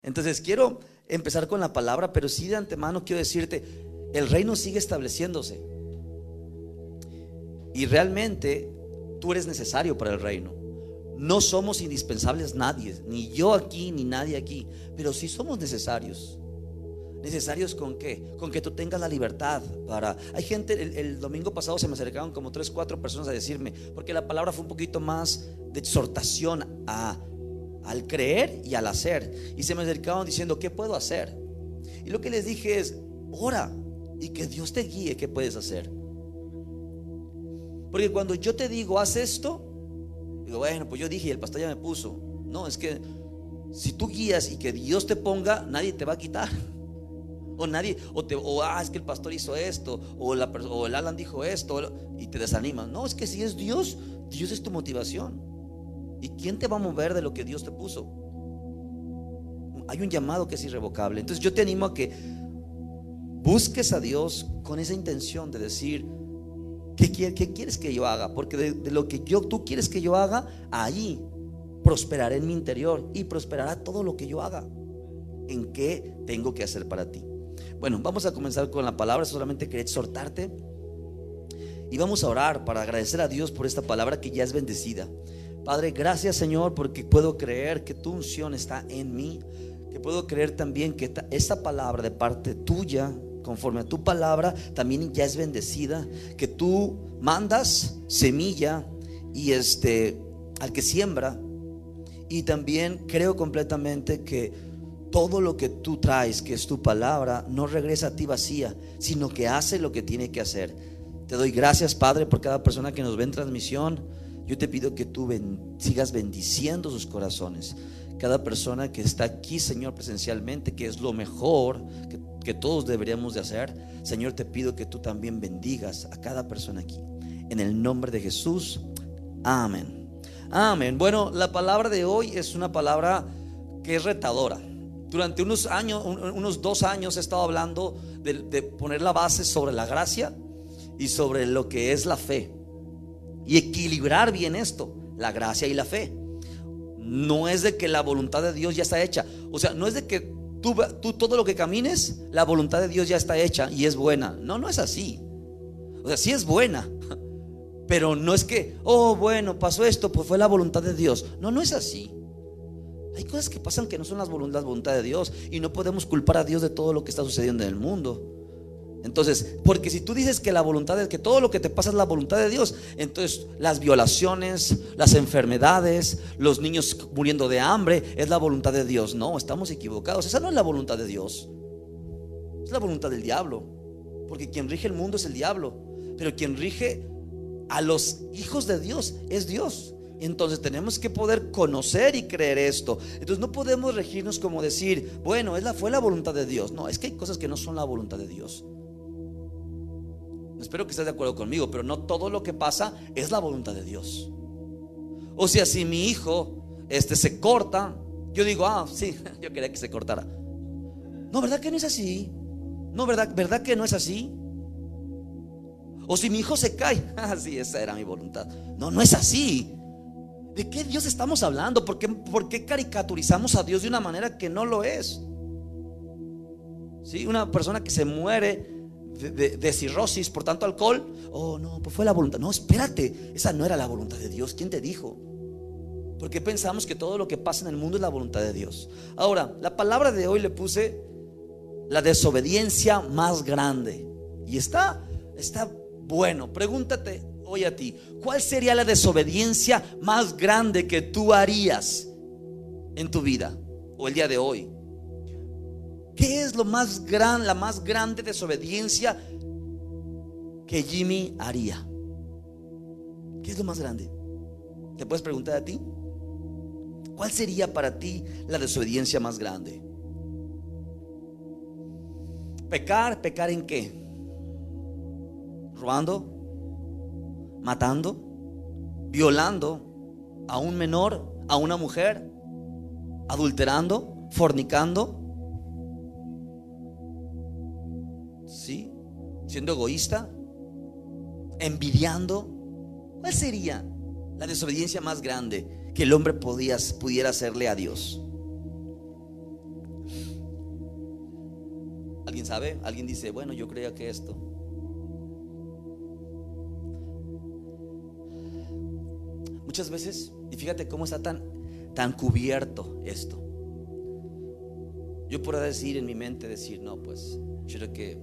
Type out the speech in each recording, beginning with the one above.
Entonces quiero empezar con la palabra, pero sí de antemano quiero decirte, el reino sigue estableciéndose y realmente tú eres necesario para el reino. No somos indispensables nadie, ni yo aquí, ni nadie aquí, pero sí somos necesarios. ¿Necesarios con qué? Con que tú tengas la libertad para... Hay gente, el domingo pasado se me acercaron como 3, 4 personas a decirme, porque la palabra fue un poquito más de exhortación al creer y al hacer, y se me acercaron diciendo, ¿qué puedo hacer? Y lo que les dije es, ora y que Dios te guíe qué puedes hacer. Porque cuando yo te digo, haz esto, digo, bueno, pues yo dije y el pastor ya me puso. No, es que si tú guías y que Dios te ponga, nadie te va a quitar. O nadie, es que el pastor hizo esto, o el Alan dijo esto, y te desanimas. No, es que si es Dios, Dios es tu motivación. ¿Y quién te va a mover de lo que Dios te puso? Hay un llamado que es irrevocable. Entonces yo te animo a que busques a Dios con esa intención de decir, ¿qué quieres que yo haga? Porque de lo que tú quieres que yo haga, ahí prosperaré en mi interior y prosperará todo lo que yo haga. ¿En qué tengo que hacer para ti? Bueno, vamos a comenzar con la palabra. Solamente quería exhortarte y vamos a orar para agradecer a Dios por esta palabra que ya es bendecida. Padre, gracias Señor, porque puedo creer que tu unción está en mí, que puedo creer también que esta palabra de parte tuya, conforme a tu palabra, también ya es bendecida, que tú mandas semilla y al que siembra. Y también creo completamente que todo lo que tú traes, que es tu palabra, no regresa a ti vacía, sino que hace lo que tiene que hacer. Te doy gracias, Padre, por cada persona que nos ve en transmisión. Yo te pido que tú sigas bendiciendo sus corazones. Cada persona que está aquí, Señor, presencialmente, que es lo mejor que todos deberíamos de hacer. Señor, te pido que tú también bendigas a cada persona aquí. En el nombre de Jesús, amén. Amén. Bueno, la palabra de hoy es una palabra que es retadora. Durante unos 2 años he estado hablando de poner la base sobre la gracia y sobre lo que es la fe, y equilibrar bien esto, la gracia y la fe. No es de que la voluntad de Dios ya está hecha. O sea, no es de que tú todo lo que camines, la voluntad de Dios ya está hecha y es buena. No es así. O sea, sí es buena, pero no es que, bueno, pasó esto, pues fue la voluntad de Dios. No es así. Hay cosas que pasan que no son la voluntad de Dios, y no podemos culpar a Dios de todo lo que está sucediendo en el mundo. Entonces, porque si tú dices que la voluntad es que todo lo que te pasa es la voluntad de Dios, entonces las violaciones, las enfermedades, los niños muriendo de hambre es la voluntad de Dios. No, estamos equivocados. Esa no es la voluntad de Dios, es la voluntad del diablo. Porque quien rige el mundo es el diablo, pero quien rige a los hijos de Dios es Dios. Entonces tenemos que poder conocer y creer esto. Entonces no podemos regirnos como decir, bueno, fue la voluntad de Dios. No, es que hay cosas que no son la voluntad de Dios. Espero que estés de acuerdo conmigo, pero no todo lo que pasa es la voluntad de Dios. O sea, si mi hijo se corta, yo digo, sí, yo quería que se cortara. No, ¿verdad que no es así? No, ¿verdad que no es así? O si mi hijo se cae, sí, esa era mi voluntad. No es así. ¿De qué Dios estamos hablando? ¿Por qué caricaturizamos a Dios de una manera que no lo es? ¿Sí? Una persona que se muere de cirrosis por tanto alcohol, no, pues fue la voluntad. No, espérate, esa no era la voluntad de Dios. ¿Quién te dijo? Porque pensamos que todo lo que pasa en el mundo es la voluntad de Dios. Ahora, la palabra de hoy le puse la desobediencia más grande. Y está bueno. Pregúntate hoy a ti, ¿cuál sería la desobediencia más grande que tú harías en tu vida o el día de hoy? ¿Qué es la más grande desobediencia que Jimmy haría? ¿Qué es lo más grande? ¿Te puedes preguntar a ti? ¿Cuál sería para ti la desobediencia más grande? ¿Pecar en qué? ¿Robando? ¿Matando? ¿Violando a un menor, a una mujer? ¿Adulterando? ¿Fornicando? ¿Sí? ¿Siendo egoísta? ¿Envidiando? ¿Cuál sería la desobediencia más grande que el hombre pudiera hacerle a Dios? ¿Alguien sabe? Alguien dice, bueno, yo creía que esto. Muchas veces, y fíjate cómo está tan cubierto esto. Yo podría decir en mi mente, no, pues yo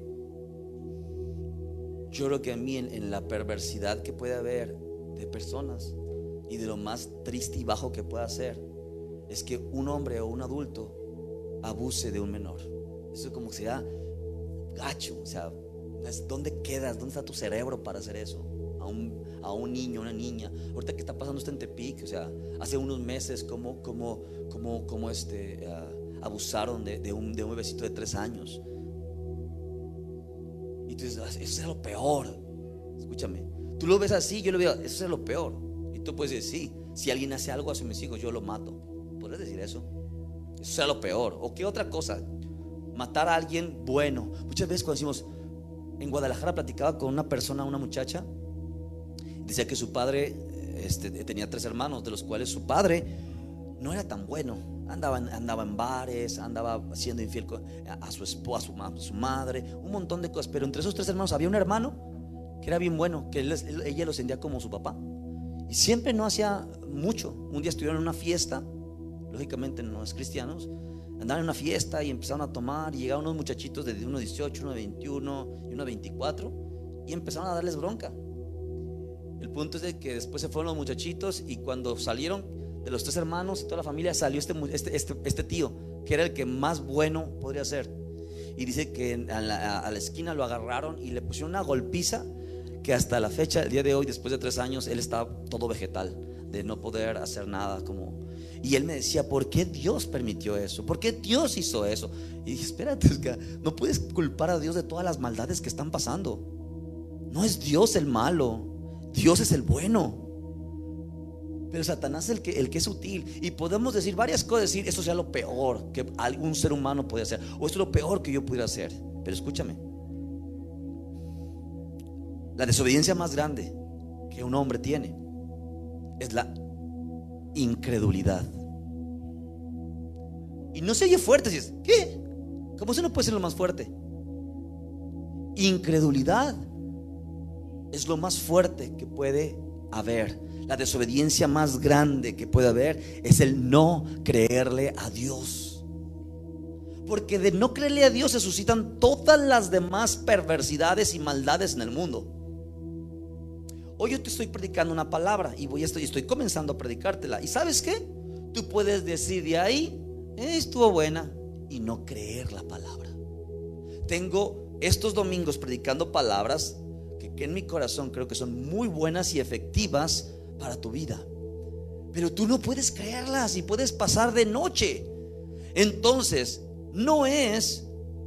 creo que a mí en la perversidad que puede haber de personas y de lo más triste y bajo que pueda ser, es que un hombre o un adulto abuse de un menor. Eso como que sea gacho. O sea, ¿dónde quedas? ¿Dónde está tu cerebro para hacer eso? A un niño, una niña. Ahorita que está pasando esto en Tepic, o sea, hace unos meses como abusaron de un bebecito de 3 años. Y tú dices, eso es lo peor. Escúchame, tú lo ves así, yo lo veo, eso es lo peor. Y tú puedes decir, sí, si alguien hace algo hacia mis hijos, yo lo mato. ¿Podrías decir eso? Eso es lo peor. ¿O qué otra cosa? Matar a alguien bueno. Muchas veces cuando decimos, en Guadalajara platicaba con una persona, una muchacha, decía que su padre tenía 3 hermanos, de los cuales su padre no era tan bueno. Andaba en bares, andaba siendo infiel a su esposa, a su madre, un montón de cosas. Pero entre esos 3 hermanos había un hermano que era bien bueno, que ella lo sentía como su papá. Y siempre no hacía mucho. Un día estuvieron en una fiesta, lógicamente no es cristianos, andaban en una fiesta y empezaron a tomar. Y llegaron unos muchachitos de uno 18, uno 21 y uno 24 y empezaron a darles bronca. El punto es de que después se fueron los muchachitos, y cuando salieron de los 3 hermanos y toda la familia, salió este tío, que era el que más bueno podría ser. Y dice que a la esquina lo agarraron y le pusieron una golpiza que hasta la fecha, el día de hoy, después de 3 años, él está todo vegetal, de no poder hacer nada Y él me decía, ¿por qué Dios permitió eso? ¿Por qué Dios hizo eso? Y dije, espérate, no puedes culpar a Dios de todas las maldades que están pasando. No es Dios el malo, Dios es el bueno. Pero Satanás es el que es sutil. Y podemos decir varias cosas, decir, eso sea lo peor que algún ser humano puede hacer, o esto es lo peor que yo pudiera hacer. Pero escúchame, la desobediencia más grande que un hombre tiene es la incredulidad. Y no se oye fuerte, dices, ¿qué? ¿Cómo eso no puede ser lo más fuerte? Incredulidad es lo más fuerte que puede haber. La desobediencia más grande que puede haber es el no creerle a Dios. Porque de no creerle a Dios se suscitan todas las demás perversidades y maldades en el mundo. Hoy yo te estoy predicando una palabra y estoy comenzando a predicártela. ¿Y sabes qué? Tú puedes decir de ahí, estuvo buena, y no creer la palabra. Tengo estos domingos predicando palabras que en mi corazón creo que son muy buenas y efectivas para tu vida, pero tú no puedes creerlas y puedes pasar de noche. Entonces no es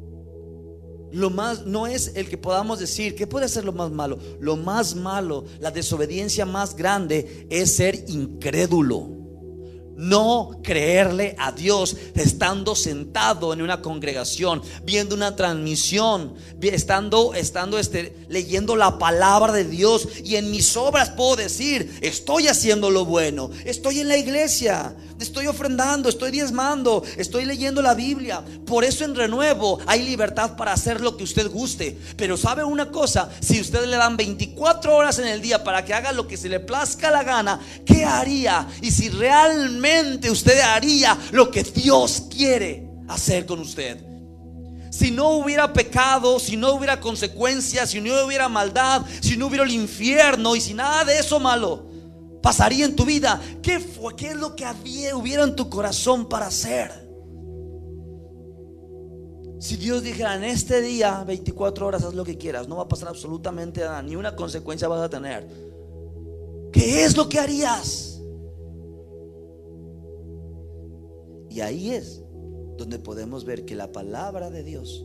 el que podamos decir que puede ser lo más malo. Lo más malo, la desobediencia más grande, es ser incrédulo. No creerle a Dios estando sentado en una congregación, viendo una transmisión, estando leyendo la palabra de Dios, y en mis obras puedo decir, estoy haciendo lo bueno, estoy en la iglesia, estoy ofrendando, estoy diezmando, estoy leyendo la Biblia. Por eso en Renuevo hay libertad para hacer lo que usted guste. Pero sabe una cosa, si usted le dan 24 horas en el día para que haga lo que se le plazca la gana, ¿qué haría? Y si realmente usted haría lo que Dios quiere hacer con usted. Si no hubiera pecado, si no hubiera consecuencias, si no hubiera maldad, si no hubiera el infierno y si nada de eso malo pasaría en tu vida, ¿qué es lo que hubiera en tu corazón para hacer? Si Dios dijera, en este día 24 horas haz lo que quieras, no va a pasar absolutamente nada, ni una consecuencia vas a tener, ¿qué es lo que harías? Y ahí es donde podemos ver que la palabra de Dios,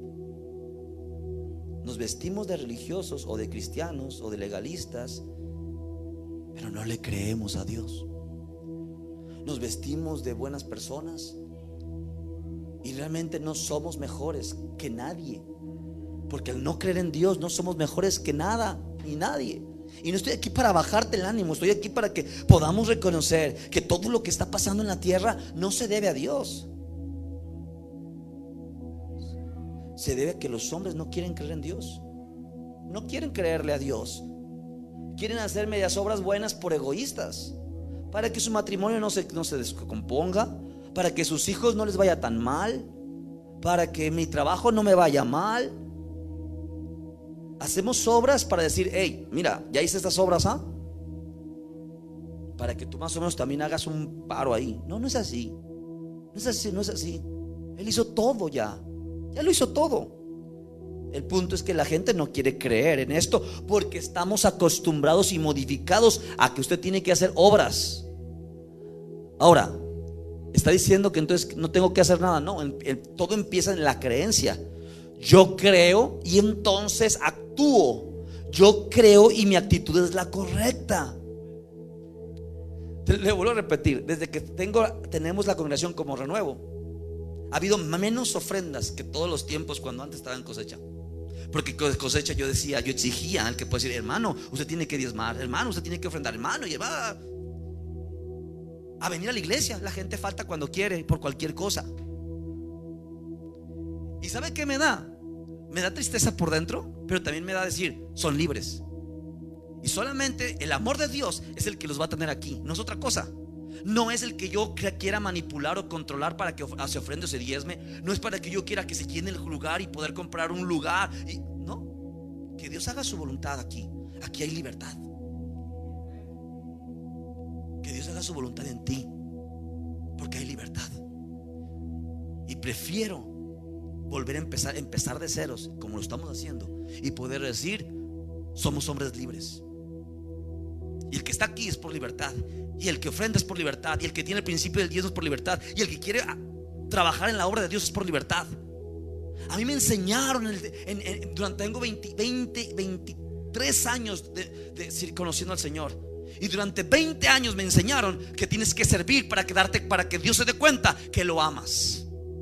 nos vestimos de religiosos o de cristianos o de legalistas, pero no le creemos a Dios. Nos vestimos de buenas personas y realmente no somos mejores que nadie, porque al no creer en Dios no somos mejores que nada ni nadie. Y no estoy aquí para bajarte el ánimo, estoy aquí para que podamos reconocer que todo lo que está pasando en la tierra no se debe a Dios. se debe a que los hombres no quieren creer en Dios. No quieren creerle a Dios. Quieren hacer medias obras buenas por egoístas, para que su matrimonio no se descomponga, para que sus hijos no les vaya tan mal, para que mi trabajo no me vaya mal. Hacemos obras para decir: hey, mira, ya hice estas obras, para que tú más o menos también hagas un paro ahí. No, no es así. No es así, no es así. Él hizo todo ya lo hizo todo. El punto es que la gente no quiere creer en esto, porque estamos acostumbrados y modificados a que usted tiene que hacer obras. Ahora, está diciendo que entonces no tengo que hacer nada. No, todo empieza en la creencia. Yo creo y entonces actúo. Yo creo y mi actitud es la correcta. Le vuelvo a repetir: desde que tenemos la congregación como Renuevo, ha habido menos ofrendas que todos los tiempos cuando antes estaba en cosecha. Porque cosecha yo exigía al que puede decir: hermano, usted tiene que diezmar, hermano, usted tiene que ofrendar, hermano, y va a venir a la iglesia. La gente falta cuando quiere, por cualquier cosa. ¿Y sabe qué me da? Me da tristeza por dentro, pero también me da decir: son libres. Y solamente el amor de Dios es el que los va a tener aquí, no es otra cosa. No es el que yo quiera manipular o controlar para que se ofrende o se diezme. No es para que yo quiera que se llene el lugar y poder comprar un lugar. No, que Dios haga su voluntad aquí. Aquí hay libertad. Que Dios haga su voluntad en ti, porque hay libertad. Y prefiero volver a empezar de ceros, como lo estamos haciendo, y poder decir: somos hombres libres. Y el que está aquí es por libertad, y el que ofrenda es por libertad, y el que tiene el principio del diezmo es por libertad, y el que quiere trabajar en la obra de Dios es por libertad. A mí me enseñaron tengo 23 años de conociendo al Señor, y durante 20 años me enseñaron que tienes que servir para que Dios se dé cuenta que lo amas.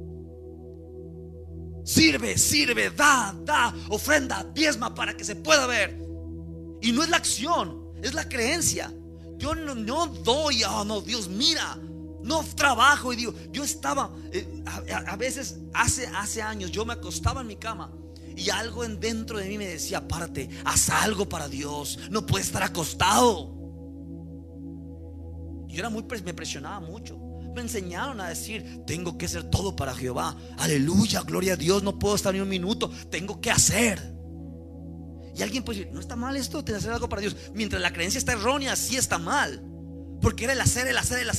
Sirve, da, ofrenda, diezma para que se pueda ver. Y no es la acción, es la creencia. Yo no doy, no, Dios mira, no trabajo. Y digo, yo estaba a veces hace años, yo me acostaba en mi cama y algo dentro de mí me decía: párate, haz algo para Dios, no puedes estar acostado. Yo me presionaba mucho. Me enseñaron a decir: tengo que hacer todo para Jehová, aleluya, gloria a Dios, no puedo estar ni un minuto, tengo que hacer. Y alguien puede decir: no está mal esto de hacer algo para Dios. Mientras la creencia está errónea, sí está mal, porque era el hacer.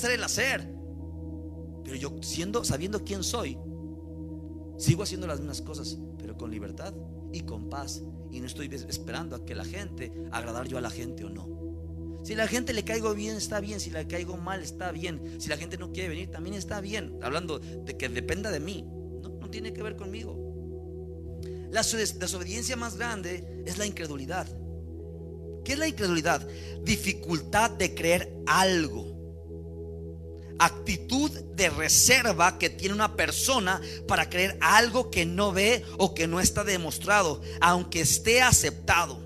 Pero yo, sabiendo quién soy, sigo haciendo las mismas cosas, pero con libertad y con paz. Y no estoy esperando a que la gente, agradar yo a la gente o no. Si la gente le caigo bien, está bien. Si le caigo mal, está bien. Si la gente no quiere venir, también está bien. Hablando de que dependa de mí, no tiene que ver conmigo. La desobediencia más grande es la incredulidad. ¿Qué es la incredulidad? Dificultad de creer algo. Actitud de reserva que tiene una persona para creer algo que no ve o que no está demostrado, aunque esté aceptado.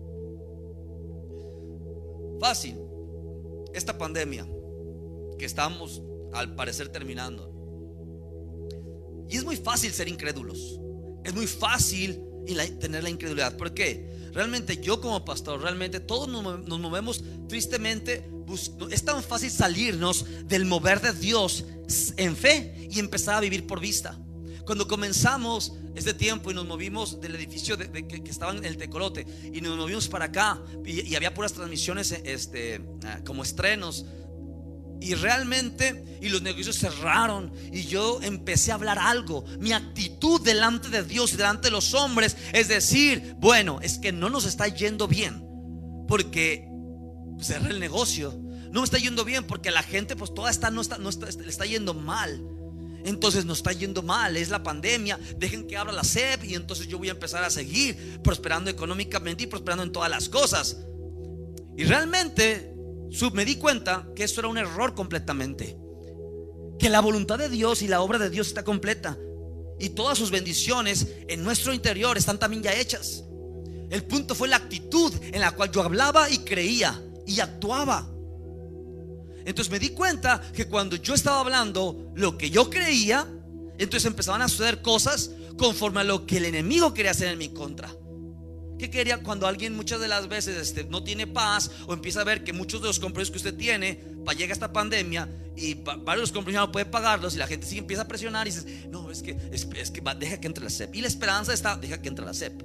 Fácil, esta pandemia que estamos al parecer terminando, y es muy fácil ser incrédulos. Es muy fácil tener la incredulidad. ¿Por qué? Realmente yo como pastor, realmente todos nos movemos tristemente. Es tan fácil salirnos del mover de Dios en fe y empezar a vivir por vista. Cuando comenzamos este tiempo y nos movimos del edificio que estaba en el Tecolote y nos movimos para acá, y había puras transmisiones como estrenos, y realmente, y los negocios cerraron, y yo empecé a hablar algo. Mi actitud delante de Dios y delante de los hombres es decir: bueno, es que no nos está yendo bien porque cerré el negocio. No me está yendo bien porque la gente pues toda le está yendo mal. Entonces nos está yendo mal, es la pandemia. Dejen que abra la SEP y entonces yo voy a empezar a seguir prosperando económicamente y prosperando en todas las cosas. Y realmente me di cuenta que eso era un error completamente. Que la voluntad de Dios y la obra de Dios está completa, y todas sus bendiciones en nuestro interior están también ya hechas. El punto fue la actitud en la cual yo hablaba y creía y actuaba. Entonces me di cuenta que cuando yo estaba hablando lo que yo creía Entonces empezaban a suceder cosas conforme a lo que el enemigo quería hacer en mi contra. ¿Qué quería? Cuando alguien muchas de las veces no tiene paz, o empieza a ver que muchos de los compromisos que usted tiene, llega esta pandemia y varios de los compromisos no puede pagarlos, y la gente sí empieza a presionar y dice, no, es que deja que entre la SEP. Y la esperanza está, deja que entre la SEP.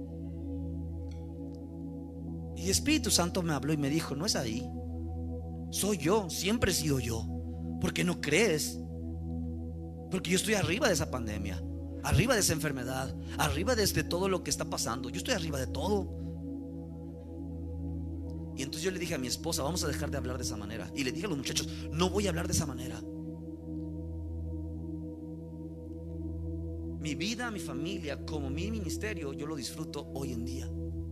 Y el Espíritu Santo me habló y me dijo, no es ahí. Soy yo, siempre he sido yo. ¿Por qué no crees? Porque yo estoy arriba de esa pandemia, arriba de esa enfermedad, arriba de todo lo que está pasando. Yo estoy arriba de todo. Y entonces yo le dije a mi esposa, vamos a dejar de hablar de esa manera. Y le dije a los muchachos, no voy a hablar de esa manera. Mi vida, mi familia, como mi ministerio, yo lo disfruto hoy en día.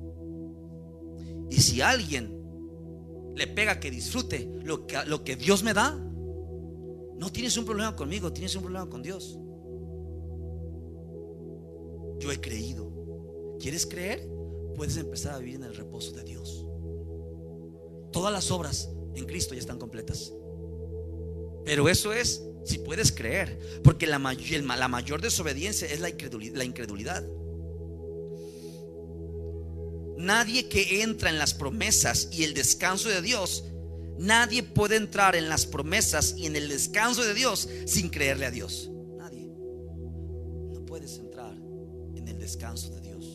Y si alguien le pega que disfrute lo que Dios me da, no tienes un problema conmigo, tienes un problema con Dios. Yo he creído. ¿Quieres creer? Puedes empezar a vivir en el reposo de Dios. Todas las obras en Cristo ya están completas. Pero eso es si puedes creer, porque la mayor desobediencia es la incredulidad. Nadie que entra en las promesas y el descanso de Dios, nadie puede entrar en las promesas y en el descanso de Dios sin creerle a Dios. Nadie. No puedes entrar en el descanso de Dios.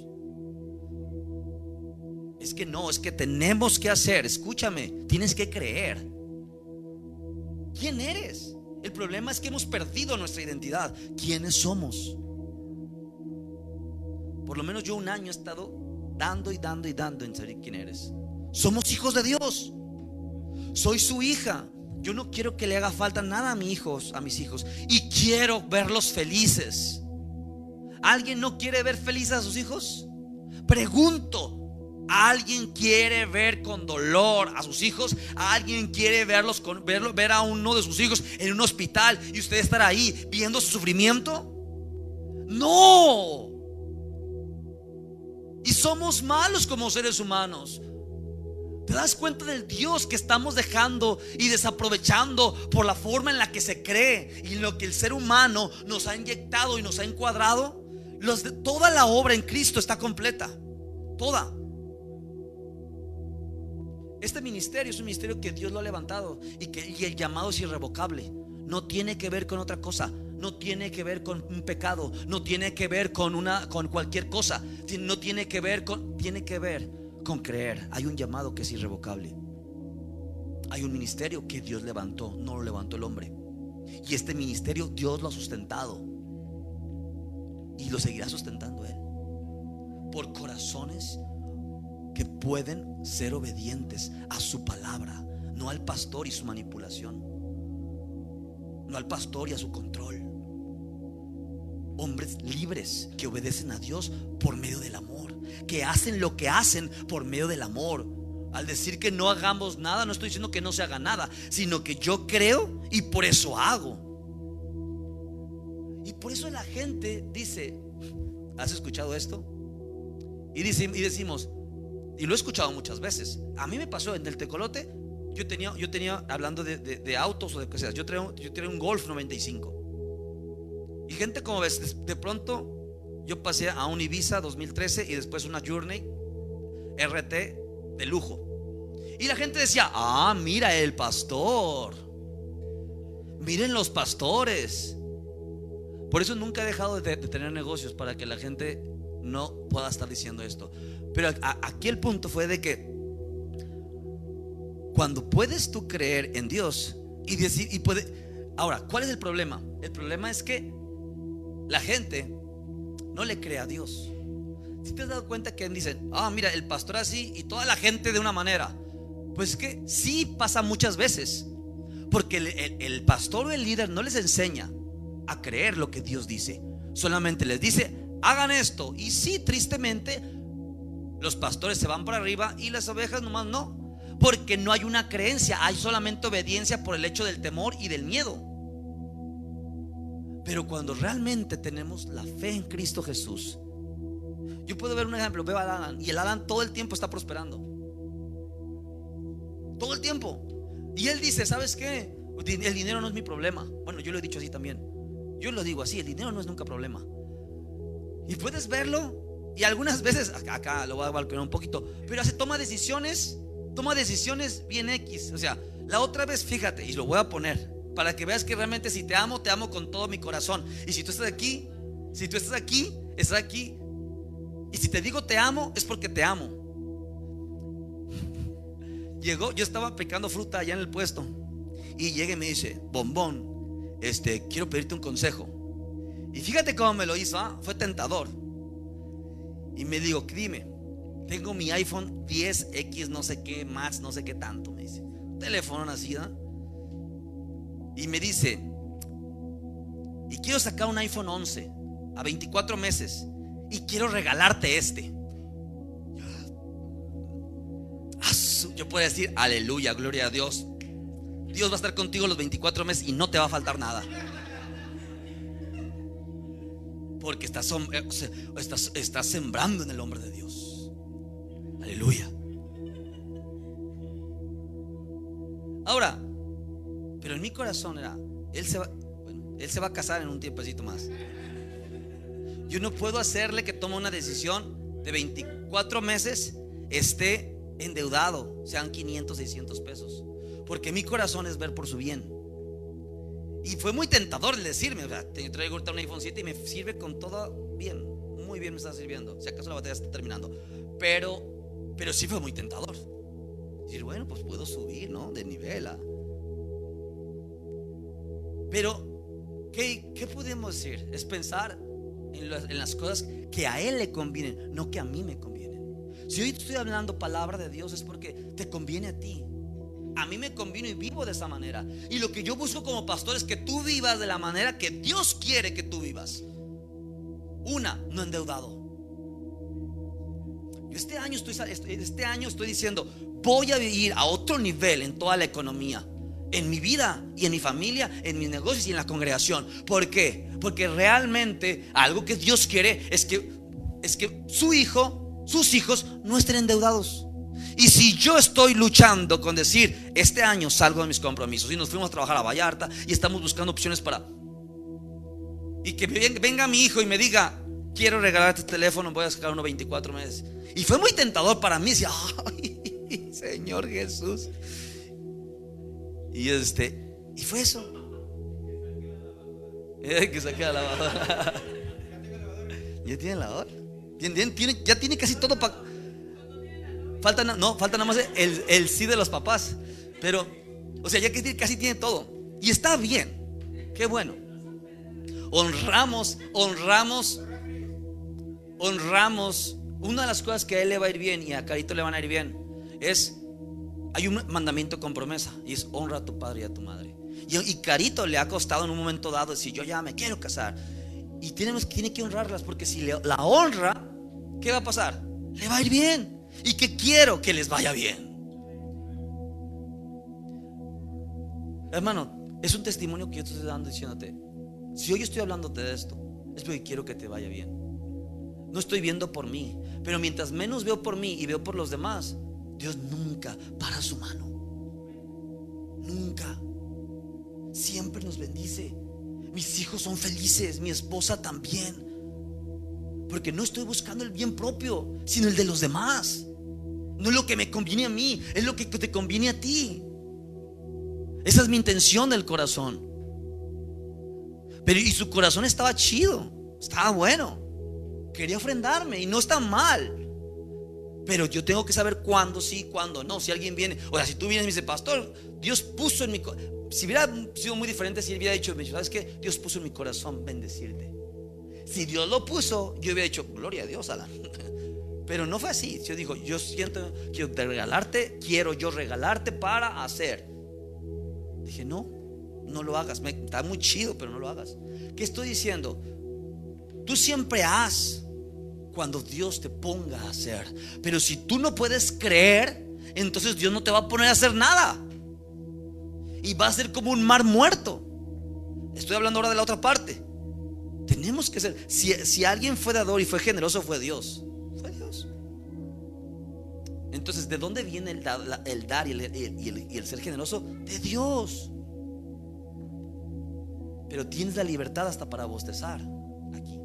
Es que tenemos que hacer, escúchame, tienes que creer. ¿Quién eres? El problema es que hemos perdido nuestra identidad. ¿Quiénes somos? Por lo menos yo un año he estado dando en saber quién eres. Somos hijos de Dios. Soy su hija. Yo no quiero que le haga falta nada a mis hijos, y quiero verlos felices. ¿Alguien no quiere ver felices a sus hijos? Pregunto, ¿alguien quiere ver con dolor a sus hijos? ¿Alguien quiere ver a uno de sus hijos en un hospital y usted estar ahí viendo su sufrimiento? No. Y somos malos como seres humanos. ¿Te das cuenta del Dios que estamos dejando y desaprovechando por la forma en la que se cree y en lo que el ser humano nos ha inyectado y nos ha encuadrado? Toda la obra en Cristo está completa. Toda. Este ministerio es un ministerio que Dios lo ha levantado y el llamado es irrevocable. No tiene que ver con otra cosa. No tiene que ver con un pecado. No tiene que ver con cualquier cosa. No tiene que ver con creer. Hay un llamado que es irrevocable. Hay un ministerio que Dios levantó, no lo levantó el hombre. Y este ministerio Dios lo ha sustentado y lo seguirá sustentando Él, por corazones que pueden ser obedientes a su palabra, no al pastor y su manipulación, no al pastor y a su control. Hombres libres que obedecen a Dios por medio del amor, que hacen lo que hacen por medio del amor. Al decir que no hagamos nada, no estoy diciendo que no se haga nada, sino que yo creo y por eso hago. Y por eso la gente dice, ¿has escuchado esto? Y decimos, y lo he escuchado muchas veces. A mí me pasó en el Tecolote. Yo tenía hablando de autos o de cosas, yo tenía un Golf 95. Y gente, como ves, de pronto yo pasé a un Ibiza 2013 y después una Journey RT de lujo. Y la gente decía, mira el pastor, miren los pastores. Por eso nunca he dejado de tener negocios, para que la gente no pueda estar diciendo esto. Pero aquí el punto fue de que cuando puedes tú creer en Dios y decir, ahora, ¿cuál es el problema? El problema es que la gente no le cree a Dios. Si te has dado cuenta que dicen, mira, el pastor así y toda la gente de una manera. Pues que sí pasa muchas veces, porque el pastor o el líder no les enseña a creer lo que Dios dice. Solamente les dice, hagan esto. Y sí, tristemente, los pastores se van para arriba y las ovejas nomás no, porque no hay una creencia, hay solamente obediencia por el hecho del temor y del miedo. Pero cuando realmente tenemos la fe en Cristo Jesús, yo puedo ver un ejemplo, veo a Adán, y el Adán todo el tiempo está prosperando, todo el tiempo. Y él dice, ¿sabes qué? El dinero no es mi problema. Bueno, yo lo he dicho así también. Yo lo digo así, el dinero no es nunca problema. Y puedes verlo, y algunas veces, acá lo voy a balconar un poquito, pero toma decisiones bien X. O sea, la otra vez, fíjate, y lo voy a poner para que veas que realmente si te amo con todo mi corazón. Y si tú estás aquí, estás aquí. Y si te digo te amo, es porque te amo. Yo estaba picando fruta allá en el puesto, y llega y me dice: Bombón, quiero pedirte un consejo. Y fíjate cómo me lo hizo, fue tentador. Y me digo: dime. Tengo mi iPhone 10X, no sé qué, Max, no sé qué tanto, me dice. Un teléfono así, y me dice: y quiero sacar un iPhone 11 a 24 meses y quiero regalarte Yo puedo decir: aleluya, gloria a Dios. Dios va a estar contigo los 24 meses y no te va a faltar nada. Porque estás sembrando en el hombre de Dios. Aleluya. Ahora, pero en mi corazón era: él se va a casar en un tiempecito más. Yo no puedo hacerle que tome una decisión de 24 meses, esté endeudado, sean 500, 600 pesos, porque mi corazón es ver por su bien. Y fue muy tentador el decirme: te traigo ahorita un iPhone 7 y me sirve con todo bien, muy bien me está sirviendo, si acaso la batería está terminando. Pero sí fue muy tentador decir: bueno, pues puedo subir, ¿no? De nivel. Pero ¿qué podemos decir? Es pensar en las cosas que a Él le convienen, no que a mí me convienen. Si hoy estoy hablando palabra de Dios, es porque te conviene a ti. A mí me convino y vivo de esa manera. Y lo que yo busco como pastor es que tú vivas de la manera que Dios quiere que tú vivas. No endeudado. Yo este año estoy diciendo: voy a vivir a otro nivel en toda la economía, en mi vida y en mi familia, en mis negocios y en la congregación. ¿Por qué? Porque realmente algo que Dios quiere es que sus hijos no estén endeudados. Y si yo estoy luchando con decir: este año salgo de mis compromisos, y nos fuimos a trabajar a Vallarta y estamos buscando opciones y que venga mi hijo y me diga: quiero regalarte este teléfono, voy a sacar uno 24 meses. Y fue muy tentador para mí. Decía: ay, Señor Jesús. Y fue eso. Que saqué la lavadora. ¿Ya tiene lavadora? Ya tiene casi todo para. Falta nada más el sí de los papás. Pero, o sea, ya que casi tiene todo. Y está bien. Qué bueno. Honramos. Una de las cosas que a él le va a ir bien y a Carito le van a ir bien hay un mandamiento con promesa, y es: honra a tu padre y a tu madre. Y Carito le ha costado en un momento dado decir: yo ya me quiero casar. Y tiene que honrarlas, porque si la honra, ¿qué va a pasar? Le va a ir bien. Y que quiero que les vaya bien. Hermano, es un testimonio que yo te estoy dando, diciéndote: si hoy estoy hablándote de esto, es porque quiero que te vaya bien. No estoy viendo por mí, pero mientras menos veo por mí y veo por los demás, Dios nunca para su mano. Nunca. Siempre nos bendice. Mis hijos son felices, mi esposa también, porque no estoy buscando el bien propio, sino el de los demás. No es lo que me conviene a mí, es lo que te conviene a ti. Esa es mi intención del corazón. Pero y su corazón estaba chido, estaba bueno, quería ofrendarme, y no está mal. Pero yo tengo que saber cuándo sí, cuándo no. Si alguien viene, o sea, si tú vienes y me dices: pastor, Dios puso en mi corazón. Si hubiera sido muy diferente, si él hubiera dicho: ¿sabes qué? Dios puso en mi corazón bendecirte. Si Dios lo puso, yo hubiera dicho: gloria a Dios, Alan. Pero no fue así. Yo digo: yo siento, quiero yo regalarte para hacer. Dije: no lo hagas. Está muy chido, pero no lo hagas. ¿Qué estoy diciendo? Tú siempre haz cuando Dios te ponga a hacer. Pero si tú no puedes creer, entonces Dios no te va a poner a hacer nada, y va a ser como un mar muerto. Estoy hablando ahora de la otra parte. Tenemos que ser. Si alguien fue dador y fue generoso, fue Dios. Entonces, ¿de dónde viene el dar y el ser generoso? De Dios. pero tienes la libertad hasta para bostezar aquí.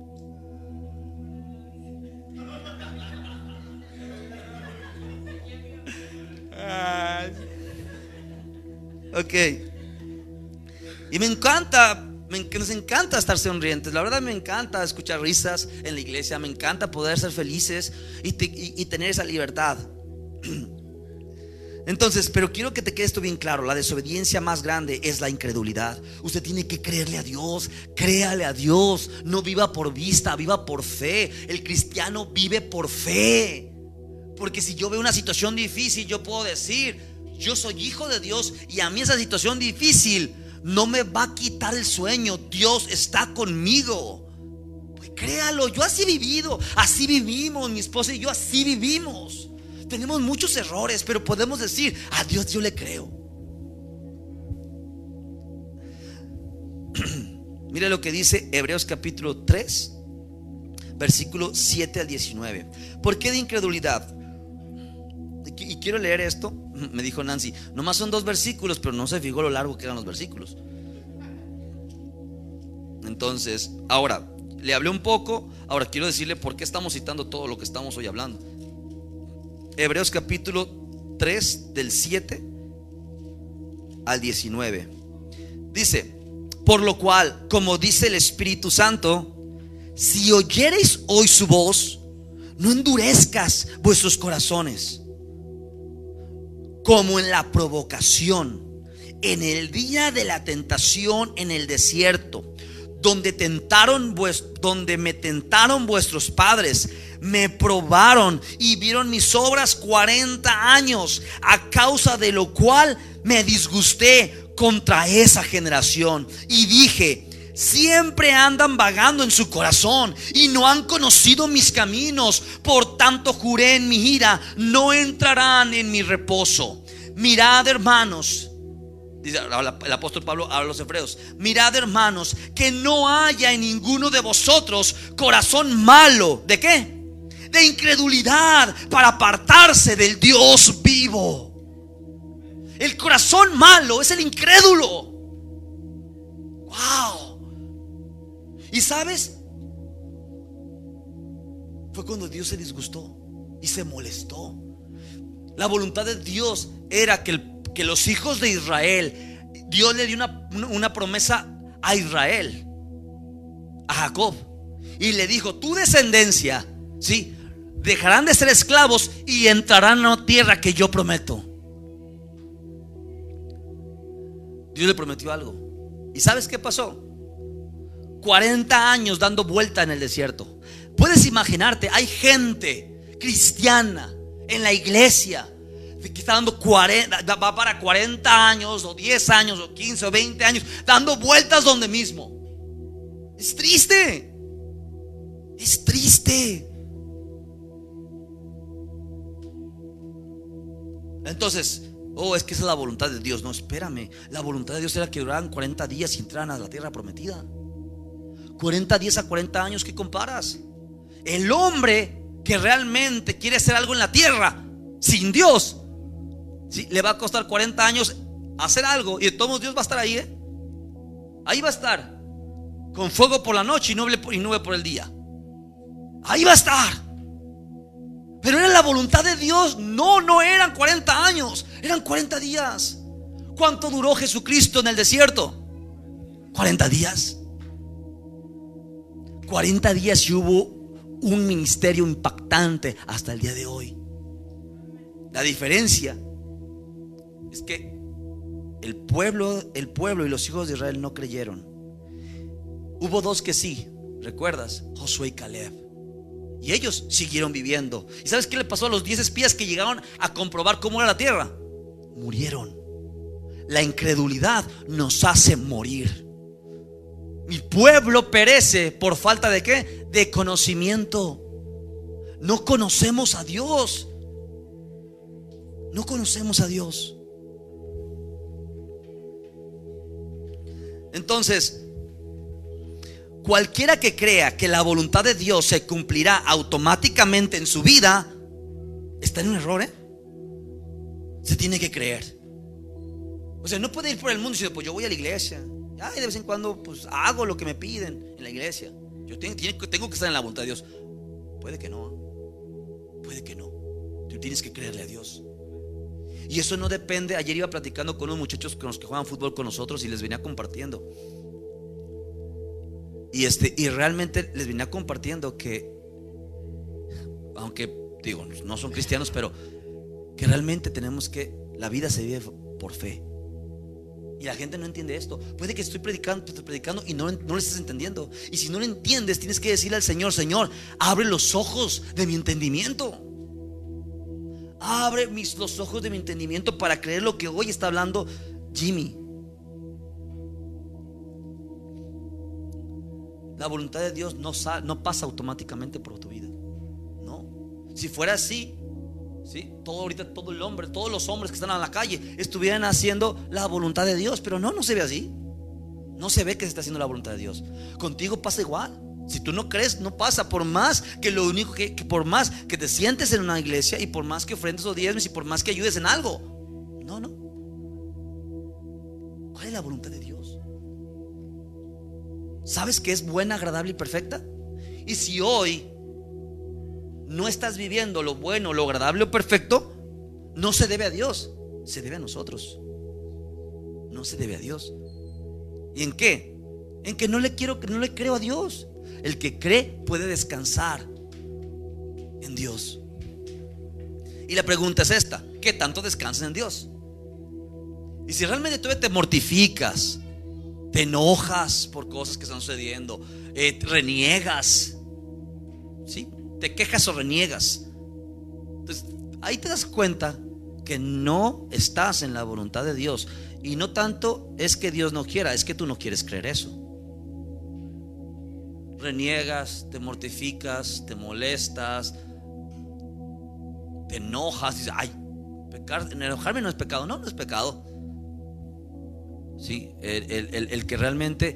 Ok. Y me encanta, nos encanta estar sonrientes. La verdad me encanta escuchar risas en la iglesia. Me encanta poder ser felices y tener esa libertad. Entonces, pero quiero que te quede esto bien claro. La desobediencia más grande es la incredulidad. Usted tiene que creerle a Dios. Créale a Dios. No viva por vista, viva por fe. El cristiano vive por fe. Porque si yo veo una situación difícil, yo puedo decir: yo soy hijo de Dios y a mí esa situación difícil no me va a quitar el sueño. Dios está conmigo. Pues créalo. Yo así he vivido, así vivimos, mi esposa y yo así vivimos. Tenemos muchos errores, pero podemos decir: a Dios yo le creo. Mira lo que dice Hebreos capítulo 3, versículo 7 al 19. ¿Por qué de incredulidad? Y quiero leer esto. Me dijo Nancy: nomás son 2 versículos, pero no se fijó lo largo que eran los versículos. Entonces, ahora le hablé un poco. Ahora quiero decirle por qué estamos citando todo lo que estamos hoy hablando. Hebreos capítulo 3 del 7 al 19. Dice: por lo cual, como dice el Espíritu Santo, si oyereis hoy su voz, no endurezcas vuestros corazones, como en la provocación, en el día de la tentación en el desierto, donde me tentaron vuestros padres, me probaron y vieron mis obras 40 años, a causa de lo cual me disgusté contra esa generación y dije: siempre andan vagando en su corazón y no han conocido mis caminos. Por tanto juré en mi ira: no entrarán en mi reposo. Mirad, hermanos, dice el apóstol Pablo a los hebreos: mirad, hermanos, que no haya en ninguno de vosotros corazón malo. ¿De qué? De incredulidad, para apartarse del Dios vivo. El corazón malo es el incrédulo. Wow. Y sabes, fue cuando Dios se disgustó y se molestó. La voluntad de Dios era que los hijos de Israel, Dios le dio una promesa a Israel, a Jacob, y le dijo: tu descendencia, ¿sí?, dejarán de ser esclavos y entrarán a una tierra que yo prometo. Dios le prometió algo. ¿Y sabes qué pasó? 40 años dando vuelta en el desierto. Puedes imaginarte, hay gente cristiana en la iglesia que está dando 40, va para 40 años o 10 años o 15 o 20 años dando vueltas donde mismo. Es triste. Es triste. Entonces, es que esa es la voluntad de Dios. No, espérame. La voluntad de Dios era que duraran 40 días y entraran a la tierra prometida. 40 días a 40 años, ¿qué comparas? El hombre que realmente quiere hacer algo en la tierra sin Dios, ¿sí?, le va a costar 40 años hacer algo, y de todos Dios va a estar ahí, ahí va a estar, con fuego por la noche y nube por el día. Ahí va a estar. Pero era la voluntad de Dios. No eran 40 años, eran 40 días. ¿Cuánto duró Jesucristo en el desierto? 40 días. 40 días y hubo un ministerio impactante hasta el día de hoy. La diferencia es que el pueblo y los hijos de Israel no creyeron. Hubo 2 que sí, ¿recuerdas? Josué y Caleb. Y ellos siguieron viviendo. ¿Y sabes qué le pasó a los 10 espías que llegaron a comprobar cómo era la tierra? Murieron. La incredulidad nos hace morir. Mi pueblo perece por falta de ¿qué? De conocimiento. No conocemos a Dios. No conocemos a Dios. Entonces, cualquiera que crea que la voluntad de Dios se cumplirá automáticamente en su vida está en un error, Se tiene que creer. O sea, no puede ir por el mundo y decir: pues yo voy a la iglesia, Ay, de vez en cuando pues hago lo que me piden en la iglesia. Yo tengo que estar en la voluntad de Dios. Puede que no. Puede que no. Tú tienes que creerle a Dios. Y eso no depende. Ayer iba platicando con unos muchachos con los que juegan fútbol con nosotros y les venía compartiendo. Y realmente les venía compartiendo que, aunque digo, no son cristianos, pero que realmente la vida se vive por fe. Y la gente no entiende esto. Puede que estoy predicando y no lo estés entendiendo. Y si no lo entiendes, tienes que decirle al Señor: Señor, abre los ojos de mi entendimiento. Abre los ojos de mi entendimiento para creer lo que hoy está hablando Jimmy. La voluntad de Dios no pasa automáticamente por tu vida. No. Si fuera así, ¿sí? Todos los hombres que están en la calle estuvieran haciendo la voluntad de Dios. Pero no se ve así. No se ve que se está haciendo la voluntad de Dios. Contigo pasa igual. Si tú no crees, no pasa. Por más que por más que te sientes en una iglesia, y por más que ofrendes o diezmes, y por más que ayudes en algo, no. ¿Cuál es la voluntad de Dios? ¿Sabes que es buena, agradable y perfecta? Y si hoy no estás viviendo lo bueno, lo agradable o perfecto, no se debe a Dios, se debe a nosotros. No se debe a Dios. ¿Y en qué? En que no le creo a Dios. El que cree puede descansar en Dios. Y la pregunta es esta: ¿qué tanto descansas en Dios? Y si realmente tú te mortificas, te enojas por cosas que están sucediendo, reniegas, ¿sí? Te quejas o reniegas, entonces ahí te das cuenta que no estás en la voluntad de Dios. Y no tanto es que Dios no quiera, es que tú no quieres creer eso. Reniegas, te mortificas, te molestas, te enojas, dices: ay, enojarme no es pecado. No es pecado. Sí, el que realmente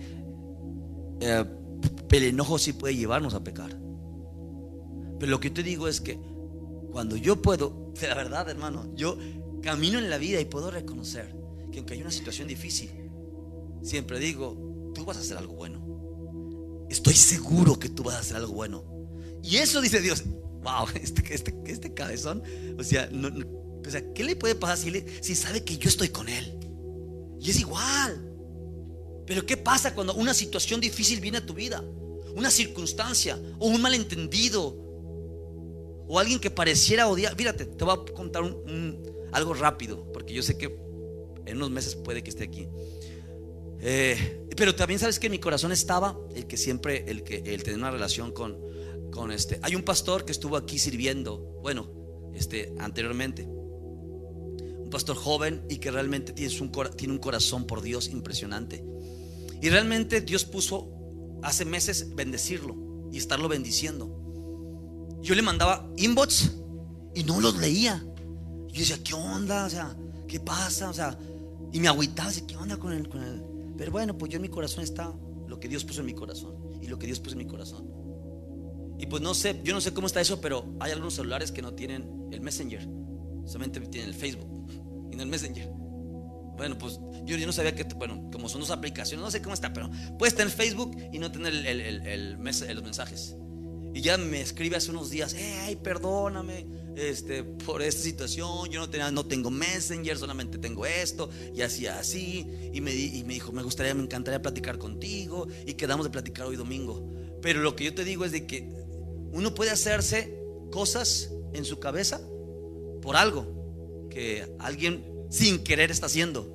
el enojo sí puede llevarnos a pecar. Pero lo que yo te digo es que cuando yo puedo, la verdad, hermano, yo camino en la vida y puedo reconocer que aunque hay una situación difícil, siempre digo: tú vas a hacer algo bueno. Estoy seguro que tú vas a hacer algo bueno. Y eso dice Dios: wow, este cabezón, o sea, ¿qué le puede pasar si sabe que yo estoy con él? Y es igual. Pero ¿qué pasa cuando una situación difícil viene a tu vida? Una circunstancia o un malentendido o alguien que pareciera odiar. Mírate, te voy a contar algo rápido, porque yo sé que en unos meses puede que esté aquí. Pero también sabes que en mi corazón estaba el tener una relación con hay un pastor que estuvo aquí sirviendo, bueno, anteriormente, un pastor joven y que realmente tiene un corazón por Dios impresionante. Y realmente Dios puso hace meses bendecirlo y estarlo bendiciendo. Yo le mandaba inbox y no los leía. Yo decía: ¿qué onda? O sea, ¿qué pasa? O sea, y me agüitaba, decía: ¿qué onda con él? Pero bueno, pues yo en mi corazón está lo que Dios puso en mi corazón. Y lo que Dios puso en mi corazón. Y pues yo no sé cómo está eso, pero hay algunos celulares que no tienen el Messenger, solamente tienen el Facebook y no el Messenger. Bueno, pues yo no sabía bueno, como son dos aplicaciones, no sé cómo está, pero puedes tener Facebook y no tener los mensajes. Y ya me escribe hace unos días: hey, perdóname por esta situación, yo no tengo Messenger, solamente tengo esto. Y así. Y me dijo: me encantaría platicar contigo. Y quedamos de platicar hoy domingo. Pero lo que yo te digo es de que uno puede hacerse cosas en su cabeza por algo que alguien sin querer está haciendo.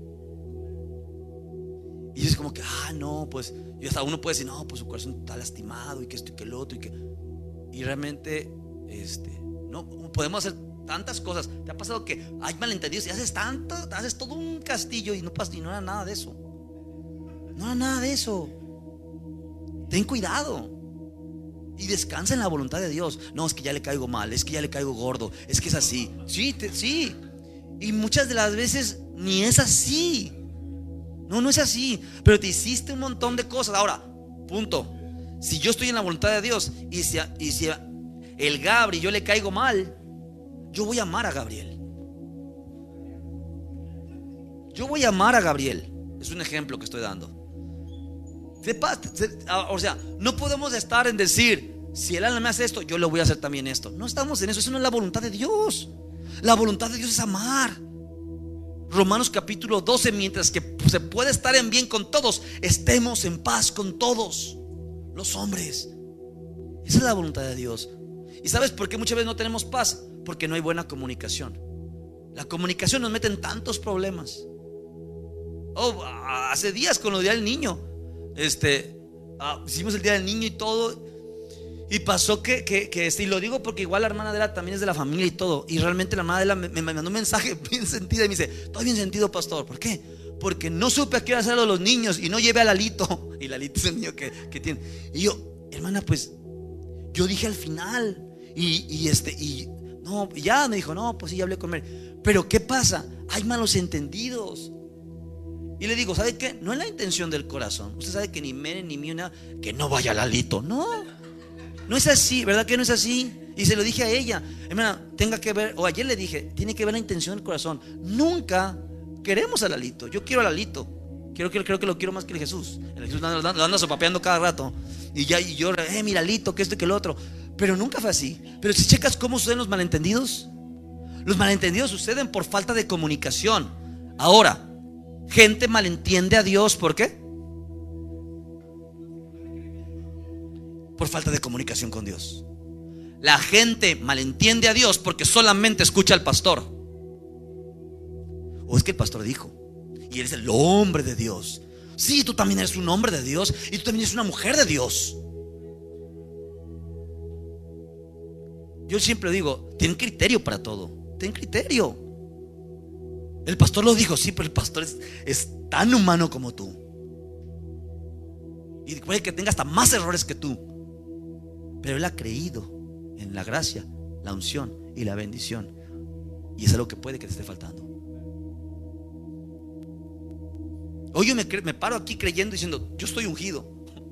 Y es como que, no, pues, y hasta uno puede decir: no, pues su corazón está lastimado y que esto y que el otro y realmente no podemos hacer tantas cosas. ¿Te ha pasado que hay malentendidos y haces todo un castillo y no era nada de eso? No era nada de eso. Ten cuidado y descansa en la voluntad de Dios. No, es que ya le caigo mal, es que ya le caigo gordo, es que es así. Sí. Y muchas de las veces ni es así. No es así. Pero te hiciste un montón de cosas. Ahora, punto. Si yo estoy en la voluntad de Dios y si el Gabri yo le caigo mal, yo voy a amar a Gabriel. Yo voy a amar a Gabriel. Es un ejemplo que estoy dando. O sea, no podemos estar en decir, si el alma me hace esto, yo le voy a hacer también esto. No estamos en eso, eso no es la voluntad de Dios. La voluntad de Dios es amar. Romanos capítulo 12, mientras que se puede estar en bien con todos, estemos en paz con todos los hombres. Esa es la voluntad de Dios. ¿Y sabes por qué muchas veces no tenemos paz? Porque no hay buena comunicación. La comunicación nos mete en tantos problemas. Hace días con lo del Día del Niño, hicimos el Día del Niño y todo. Y pasó y lo digo porque igual la hermana Adela también es de la familia y todo. Y realmente la hermana Adela me mandó un mensaje bien sentido y me dice: todo bien sentido, pastor. ¿Por qué? Porque no supe a qué hacerlo a los niños y no llevé a Lalito. Y Lalito es el niño que tiene. Y yo, hermana, pues yo dije al final. No, ya me dijo, no, pues sí, ya hablé con él. Pero ¿qué pasa? Hay malos entendidos. Y le digo, ¿sabe qué? No es la intención del corazón. Usted sabe que ni Mene ni Miuna, que no vaya Lalito. No es así, ¿verdad que no es así? Y se lo dije a ella, hermana, tenga que ver, o ayer le dije, tiene que ver la intención del corazón. Nunca queremos a Lalito. Yo quiero a Lalito. Creo que lo quiero más que el Jesús. El Jesús lo anda sopapeando cada rato. Y yo, mi Lalito, que esto y que lo otro. Pero nunca fue así. Pero si checas cómo suceden los malentendidos suceden por falta de comunicación. Ahora, gente malentiende a Dios, ¿por qué? Por falta de comunicación con Dios. La gente malentiende a Dios porque solamente escucha al pastor. O es que el pastor dijo, y él es el hombre de Dios. Sí, tú también eres un hombre de Dios y tú también eres una mujer de Dios. Yo siempre digo, ten criterio para todo. Ten criterio. El pastor lo dijo, sí, pero el pastor es tan humano como tú. Y puede que tenga hasta más errores que tú. Pero él ha creído en la gracia, la unción y la bendición. Y es algo que puede que te esté faltando. Hoy yo me paro aquí creyendo, diciendo, yo estoy ungido.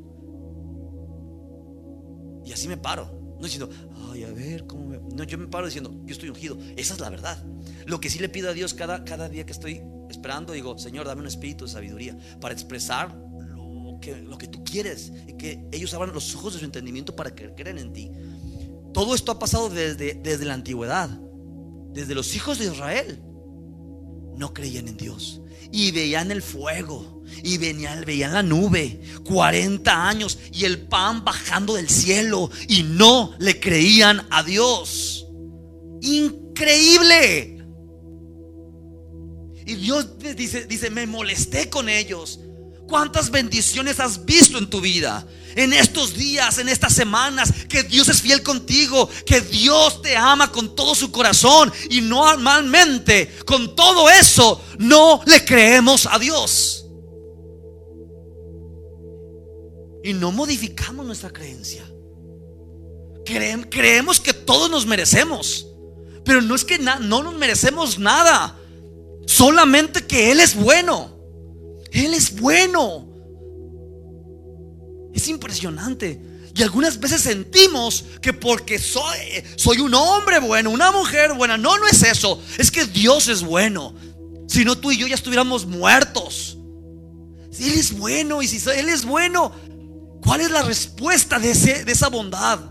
Y así me paro. No diciendo, ay, a ver cómo me... No, yo me paro diciendo, yo estoy ungido. Esa es la verdad. Lo que sí le pido a Dios cada día que estoy esperando, digo, Señor, dame un espíritu de sabiduría para expresar lo que tú quieres, y que ellos abran los ojos de su entendimiento para que crean en ti. Todo esto ha pasado desde la antigüedad. Desde los hijos de Israel no creían en Dios y veían el fuego y veían la nube 40 años y el pan bajando del cielo y no le creían a Dios. Increíble. Y Dios dice, me molesté con ellos. ¿Cuántas bendiciones has visto en tu vida? En estos días, en estas semanas, que Dios es fiel contigo, que Dios te ama con todo su corazón. Y normalmente, con todo eso, no le creemos a Dios. Y no modificamos nuestra creencia. Creemos que todos nos merecemos. Pero no es que no nos merecemos nada. Solamente que Él es bueno. Él es bueno. Es impresionante. Y algunas veces sentimos que porque soy un hombre bueno, una mujer buena. No es eso. Es que Dios es bueno. Si no, tú y yo ya estuviéramos muertos. Si Él es bueno, y si Él es bueno, ¿cuál es la respuesta de esa bondad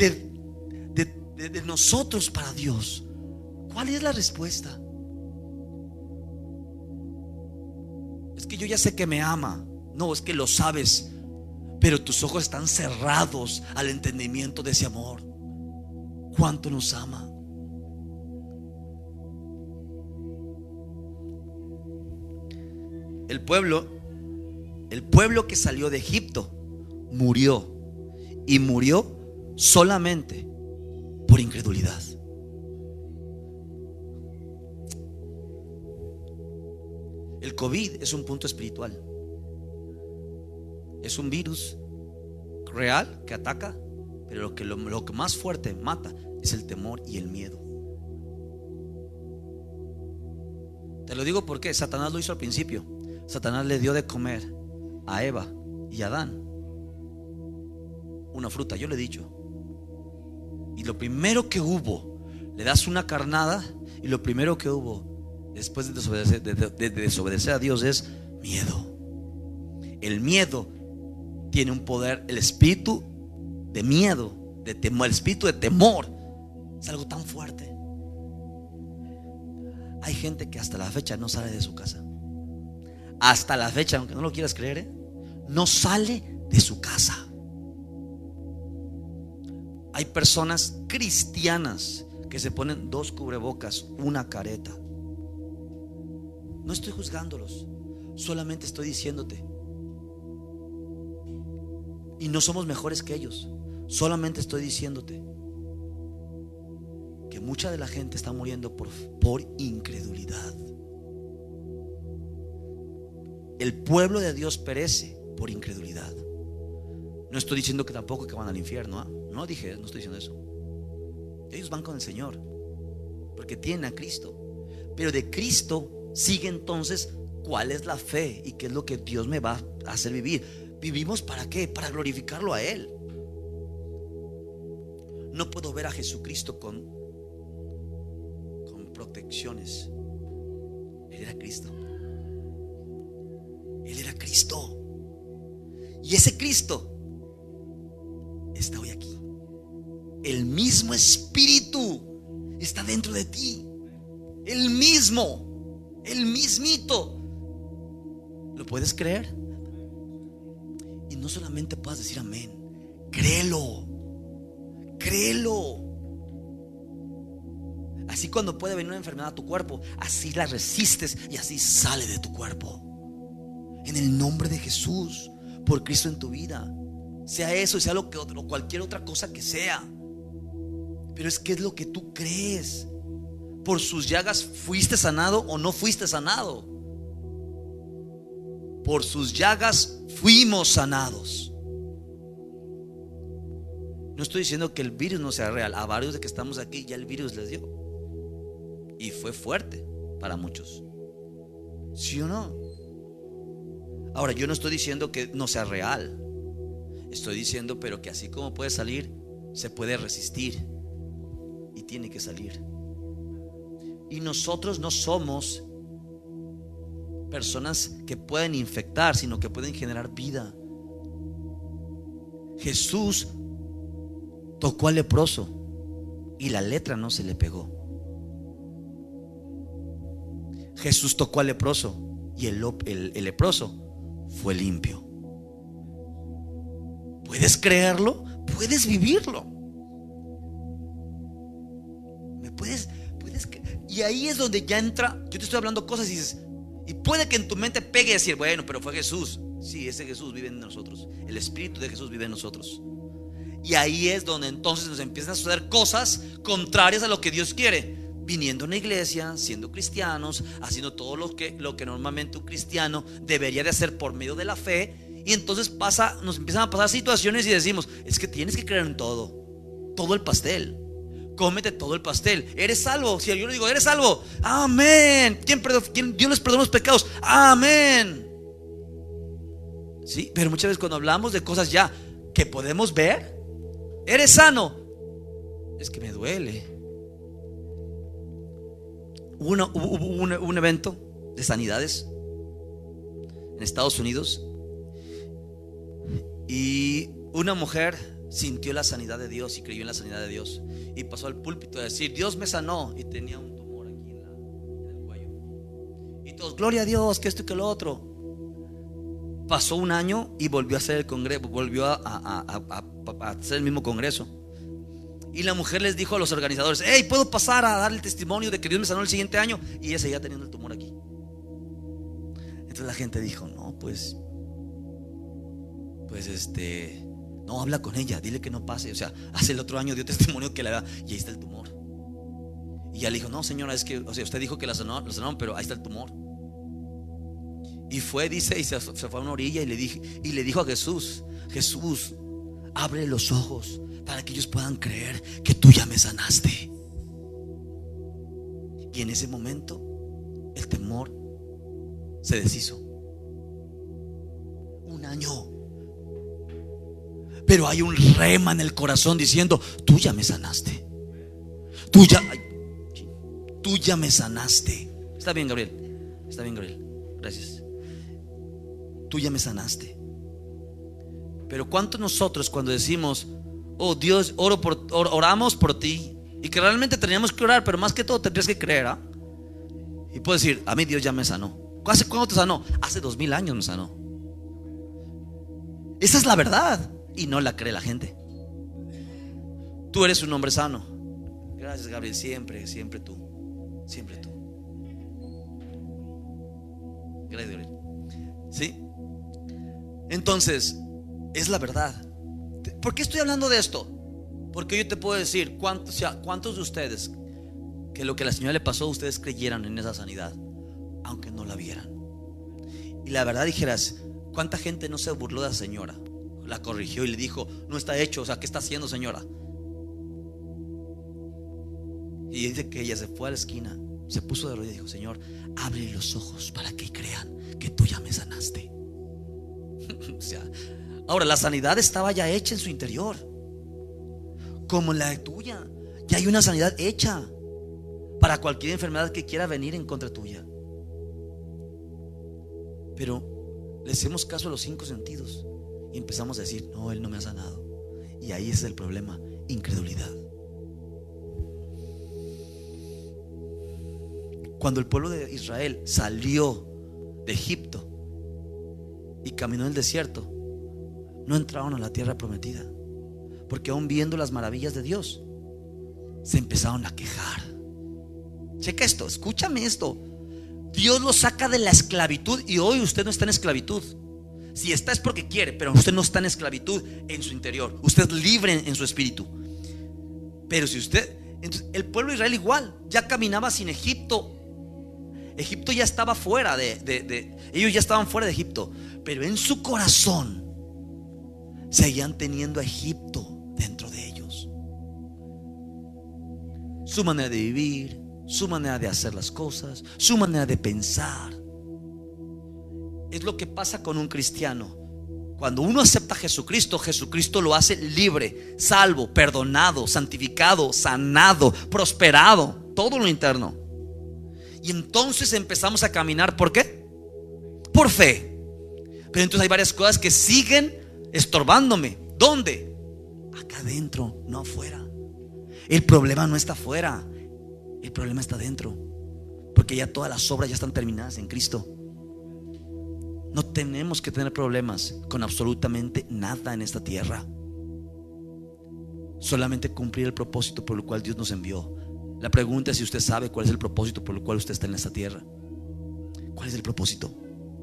de nosotros para Dios? ¿Cuál es la respuesta? Es que yo ya sé que me ama. No, es que lo sabes, pero tus ojos están cerrados al entendimiento de ese amor. ¿Cuánto nos ama? El pueblo que salió de Egipto murió, y murió solamente por incredulidad. El COVID es un punto espiritual. Es un virus real que ataca, pero lo que más fuerte mata es el temor y el miedo. Te lo digo porque Satanás lo hizo al principio. Satanás le dio de comer a Eva y a Adán una fruta, yo le he dicho. Y lo primero que hubo, le das una carnada, y lo primero que hubo después de desobedecer a Dios es miedo. El miedo tiene un poder. El espíritu de miedo, de temor, el espíritu de temor es algo tan fuerte. Hay gente que hasta la fecha no sale de su casa. Hasta la fecha, aunque no lo quieras creer, no sale de su casa. Hay personas cristianas que se ponen 2 cubrebocas, una careta. No estoy juzgándolos, solamente estoy diciéndote. Y no somos mejores que ellos. Solamente estoy diciéndote que mucha de la gente está muriendo por incredulidad. El pueblo de Dios perece por incredulidad. No estoy diciendo que tampoco que van al infierno, ¿eh? No estoy diciendo eso. Ellos van con el Señor porque tienen a Cristo. Pero de Cristo sigue entonces cuál es la fe y qué es lo que Dios me va a hacer vivir. ¿Vivimos para qué? Para glorificarlo a Él. No puedo ver a Jesucristo con protecciones. Él era Cristo. Él era Cristo. Y ese Cristo está hoy aquí. El mismo Espíritu está dentro de ti. El mismo, el mismito. ¿Lo puedes creer? Y no solamente puedas decir amén, créelo. Créelo. Así cuando puede venir una enfermedad a tu cuerpo, así la resistes y así sale de tu cuerpo. En el nombre de Jesús, por Cristo en tu vida. Sea eso, sea lo que o cualquier otra cosa que sea. Pero es que es lo que tú crees. Por sus llagas fuiste sanado o no fuiste sanado. Por sus llagas fuimos sanados. No estoy diciendo que el virus no sea real. A varios de que estamos aquí ya el virus les dio. Y fue fuerte para muchos. ¿Sí o no? Ahora, yo no estoy diciendo que no sea real. Estoy diciendo, pero que así como puede salir, se puede resistir. Y tiene que salir. Y nosotros no somos personas que pueden infectar, sino que pueden generar vida. Jesús tocó al leproso y la lepra no se le pegó. Jesús tocó al leproso y el leproso fue limpio. ¿Puedes creerlo? ¿Puedes vivirlo? ¿Me puedes y ahí es donde ya entra. Yo te estoy hablando cosas y dices, y puede que en tu mente pegue y decir, bueno, pero fue Jesús. Sí, ese Jesús vive en nosotros. El Espíritu de Jesús vive en nosotros. Y ahí es donde entonces nos empiezan a suceder cosas contrarias a lo que Dios quiere. Viniendo a una iglesia, siendo cristianos, haciendo todo lo que normalmente un cristiano debería de hacer por medio de la fe. Y entonces nos empiezan a pasar situaciones y decimos, es que tienes que creer en todo. Todo el pastel. Cómete todo el pastel. Eres salvo. Si yo le digo, eres salvo, amén. ¿Quién Dios les perdona los pecados? Amén. Sí, pero muchas veces cuando hablamos de cosas ya que podemos ver, eres sano, es que me duele. Hubo un evento de sanidades en Estados Unidos y una mujer sintió la sanidad de Dios y creyó en la sanidad de Dios y pasó al púlpito a decir, Dios me sanó, y tenía un tumor aquí en el cuello. Y todos, gloria a Dios, que esto y que lo otro. Pasó un año y volvió a hacer el congreso, volvió a hacer el mismo congreso. Y la mujer les dijo a los organizadores, hey, ¿puedo pasar a dar el testimonio de que Dios me sanó el siguiente año? Y ella seguía teniendo el tumor aquí. Entonces la gente dijo, no, pues no, habla con ella, dile que no pase. O sea, hace el otro año dio testimonio que la da y ahí está el tumor. Y ella le dijo, no señora, es que, o sea, usted dijo que la sanaron, pero ahí está el tumor. Y fue, dice, y se fue a una orilla y le dijo a Jesús, Jesús, abre los ojos para que ellos puedan creer que tú ya me sanaste. Y en ese momento el temor se deshizo. Un año. Pero hay un rema en el corazón diciendo, tú ya me sanaste. Tú ya me sanaste. Está bien, Gabriel. Está bien, Gabriel. Gracias. Tú ya me sanaste. Pero ¿cuántos nosotros cuando decimos, oh Dios, oramos por ti, y que realmente teníamos que orar, pero más que todo tendrías que creer, ¿ah? Y puedes decir, a mí Dios ya me sanó. ¿Hace cuándo te sanó? Hace 2000 años me sanó. Esa es la verdad y no la cree la gente. Tú eres un hombre sano. Gracias, Gabriel, siempre tú. Siempre tú. Gracias, Gabriel. ¿Sí? Entonces, es la verdad. ¿Por qué estoy hablando de esto? Porque yo te puedo decir, ¿cuántos de ustedes que lo que a la señora le pasó, ustedes creyeran en esa sanidad, aunque no la vieran? Y la verdad dijeras, ¿cuánta gente no se burló de la señora? La corrigió y le dijo, no está hecho, o sea, ¿qué está haciendo, señora? Y dice que ella se fue a la esquina, se puso de rodillas y dijo, Señor, abre los ojos para que crean que tú ya me sanaste. O sea, ahora la sanidad estaba ya hecha en su interior, como la tuya. Ya hay una sanidad hecha para cualquier enfermedad que quiera venir en contra tuya. Pero le hacemos caso a los 5 sentidos y empezamos a decir, no, Él no me ha sanado. Y ahí es el problema, incredulidad. Cuando el pueblo de Israel salió de Egipto y caminó en el desierto, no entraron a la tierra prometida, porque aún viendo las maravillas de Dios, se empezaron a quejar. Checa esto, escúchame esto. Dios lo saca de la esclavitud y hoy usted no está en esclavitud. Si está es porque quiere, pero usted no está en esclavitud en su interior. Usted es libre en su espíritu. Pero si usted, entonces, el pueblo de Israel igual, ya caminaba sin Egipto. Egipto ya estaba fuera ellos ya estaban fuera de Egipto, pero en su corazón seguían teniendo a Egipto dentro de ellos. Su manera de vivir, su manera de hacer las cosas, su manera de pensar. Es lo que pasa con un cristiano. Cuando uno acepta a Jesucristo, Jesucristo lo hace libre, salvo, perdonado, santificado, sanado, prosperado, todo lo interno. Y entonces empezamos a caminar, ¿por qué? Por fe. Pero entonces hay varias cosas que siguen estorbándome. ¿Dónde? Acá adentro, no afuera. El problema no está afuera, el problema está adentro, porque ya todas las obras ya están terminadas en Cristo. No tenemos que tener problemas con absolutamente nada en esta tierra. Solamente cumplir el propósito por el cual Dios nos envió. La pregunta es si usted sabe cuál es el propósito por el cual usted está en esta tierra. ¿Cuál es el propósito?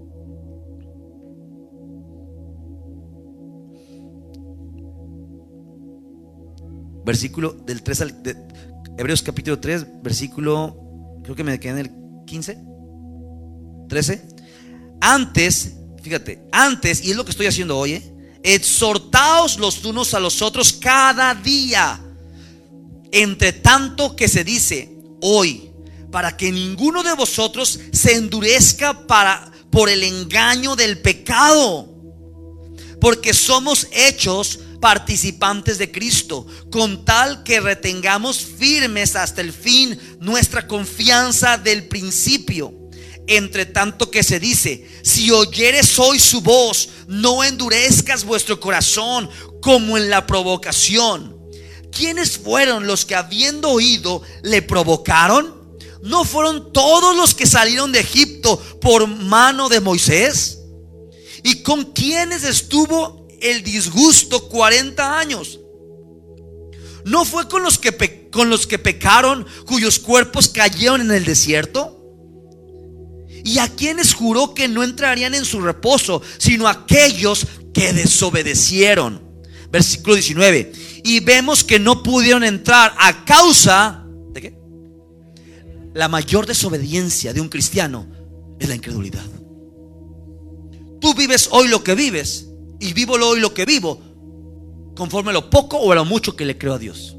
Versículo del 3 al Hebreos capítulo 3, versículo, creo que me quedé en el 15, 13. Antes, fíjate, antes, y es lo que estoy haciendo hoy, exhortaos los unos a los otros cada día, entre tanto que se dice hoy, para que ninguno de vosotros se endurezca por el engaño del pecado, porque somos hechos participantes de Cristo, con tal que retengamos firmes hasta el fin nuestra confianza del principio. Entre tanto que se dice, si oyeres hoy su voz, no endurezcas vuestro corazón como en la provocación. ¿Quiénes fueron los que habiendo oído le provocaron? ¿No fueron todos los que salieron de Egipto por mano de Moisés? ¿Y con quiénes estuvo el disgusto 40 años? ¿No fue con los que pecaron, cuyos cuerpos cayeron en el desierto? ¿Y a quienes juró que no entrarían en su reposo, sino aquellos que desobedecieron? Versículo 19. Y vemos que no pudieron entrar a causa ¿de qué? La mayor desobediencia de un cristiano es la incredulidad. Tú vives hoy lo que vives, y vivo hoy lo que vivo, conforme a lo poco o a lo mucho que le creo a Dios.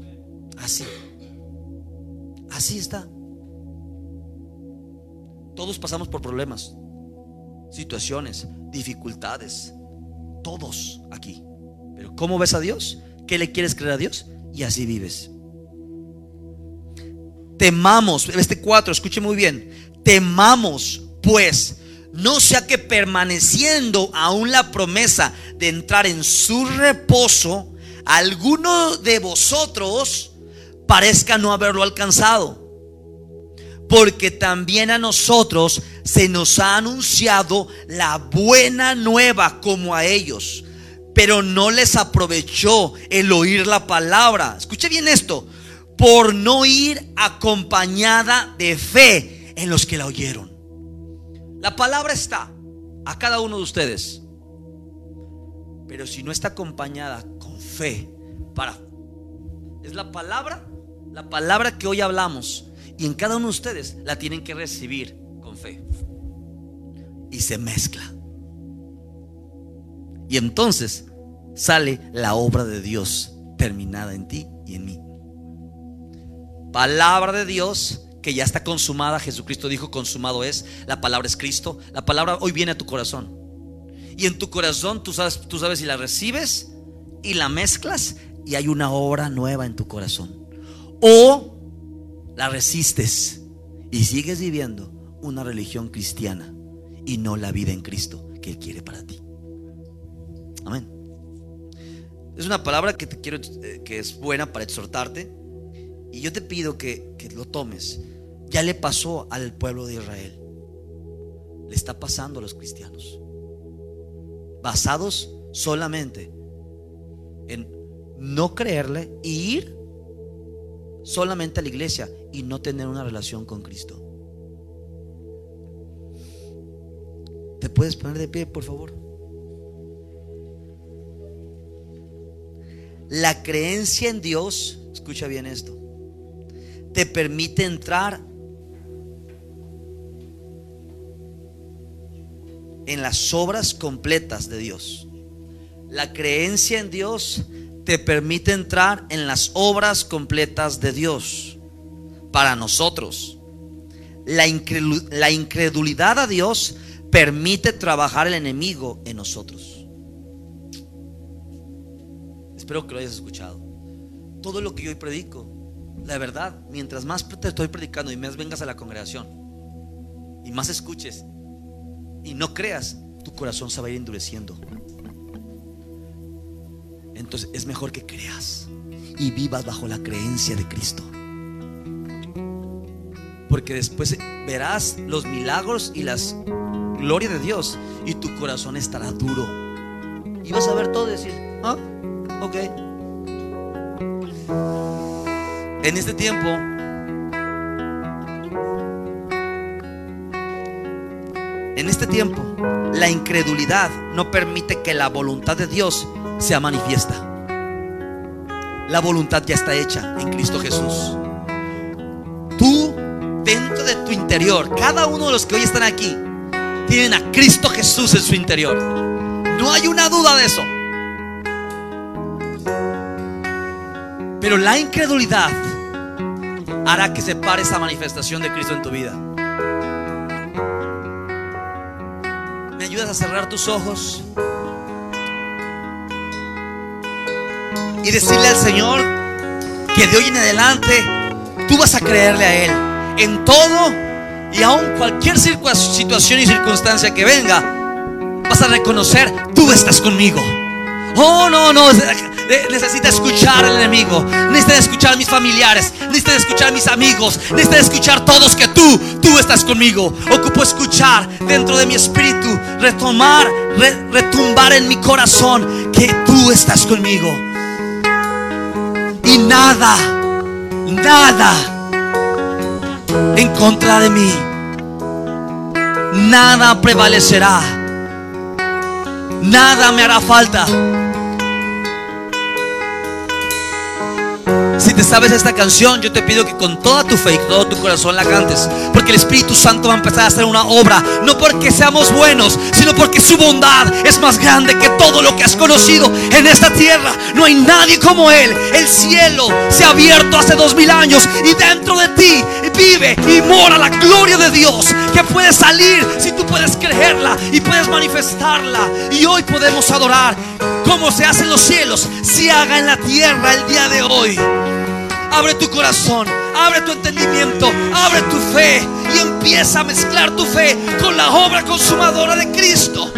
Así está. Todos pasamos por problemas, situaciones, dificultades. Todos aquí. Pero ¿cómo ves a Dios? ¿Qué le quieres creer a Dios? Y así vives. Temamos, 4, escuche muy bien. Temamos pues no sea que permaneciendo aún la promesa de entrar en su reposo, alguno de vosotros parezca no haberlo alcanzado. Porque también a nosotros se nos ha anunciado la buena nueva como a ellos, pero no les aprovechó el oír la palabra. Escuche bien esto: por no ir acompañada de fe en los que la oyeron. La palabra está a cada uno de ustedes, pero si no está acompañada con fe, es la palabra que hoy hablamos, y en cada uno de ustedes la tienen que recibir con fe, y se mezcla, y entonces sale la obra de Dios terminada en ti y en mí. Palabra de Dios que ya está consumada. Jesucristo dijo: consumado es. La palabra es Cristo. La palabra hoy viene a tu corazón, y en tu corazón tú sabes si la recibes y la mezclas, y hay una obra nueva en tu corazón, o la resistes y sigues viviendo una religión cristiana y no la vida en Cristo que Él quiere para ti. Amén. Es una palabra que que es buena para exhortarte, y yo te pido que lo tomes. Ya le pasó al pueblo de Israel, le está pasando a los cristianos, basados solamente en no creerle e ir solamente a la iglesia y no tener una relación con Cristo. ¿Te puedes poner de pie, por favor? La creencia en Dios, escucha bien esto, te permite entrar en las obras completas de Dios. La creencia en Dios te permite entrar en las obras completas de Dios para nosotros. La incredulidad a Dios permite trabajar el enemigo en nosotros. Espero que lo hayas escuchado. Todo lo que yo hoy predico, la verdad, mientras más te estoy predicando y más vengas a la congregación y más escuches y no creas, tu corazón se va a ir endureciendo. Entonces es mejor que creas y vivas bajo la creencia de Cristo, porque después verás los milagros y las glorias de Dios, y tu corazón estará duro y vas a ver todo y decir: ah, ok. En este tiempo la incredulidad no permite que la voluntad de Dios sea manifiesta. La voluntad ya está hecha en Cristo Jesús. Tú, dentro de tu interior, cada uno de los que hoy están aquí, tienen a Cristo Jesús en su interior. No hay una duda de eso. Pero la incredulidad hará que se pare esa manifestación de Cristo en tu vida. ¿Me ayudas a cerrar tus ojos y decirle al Señor que de hoy en adelante tú vas a creerle a Él en todo, y aun cualquier situación y circunstancia que venga, vas a reconocer: tú estás conmigo. Oh, no, necesita escuchar al enemigo, necesita escuchar a mis familiares, necesita escuchar a mis amigos, necesita escuchar todos que tú estás conmigo. Ocupo escuchar dentro de mi espíritu, retumbar en mi corazón que tú estás conmigo, y nada en contra de mí, nada prevalecerá, nada me hará falta. Si te sabes esta canción, yo te pido que con toda tu fe y todo tu corazón la cantes, porque el Espíritu Santo va a empezar a hacer una obra, no porque seamos buenos, sino porque su bondad es más grande que todo lo que has conocido en esta tierra. No hay nadie como Él. El cielo se ha abierto hace 2000 años y dentro de ti vive y mora la gloria de Dios, que puede salir si tú puedes creerla y puedes manifestarla. Y hoy podemos adorar como se hace en los cielos, se haga en la tierra el día de hoy. Abre tu corazón, abre tu entendimiento, abre tu fe y empieza a mezclar tu fe con la obra consumadora de Cristo.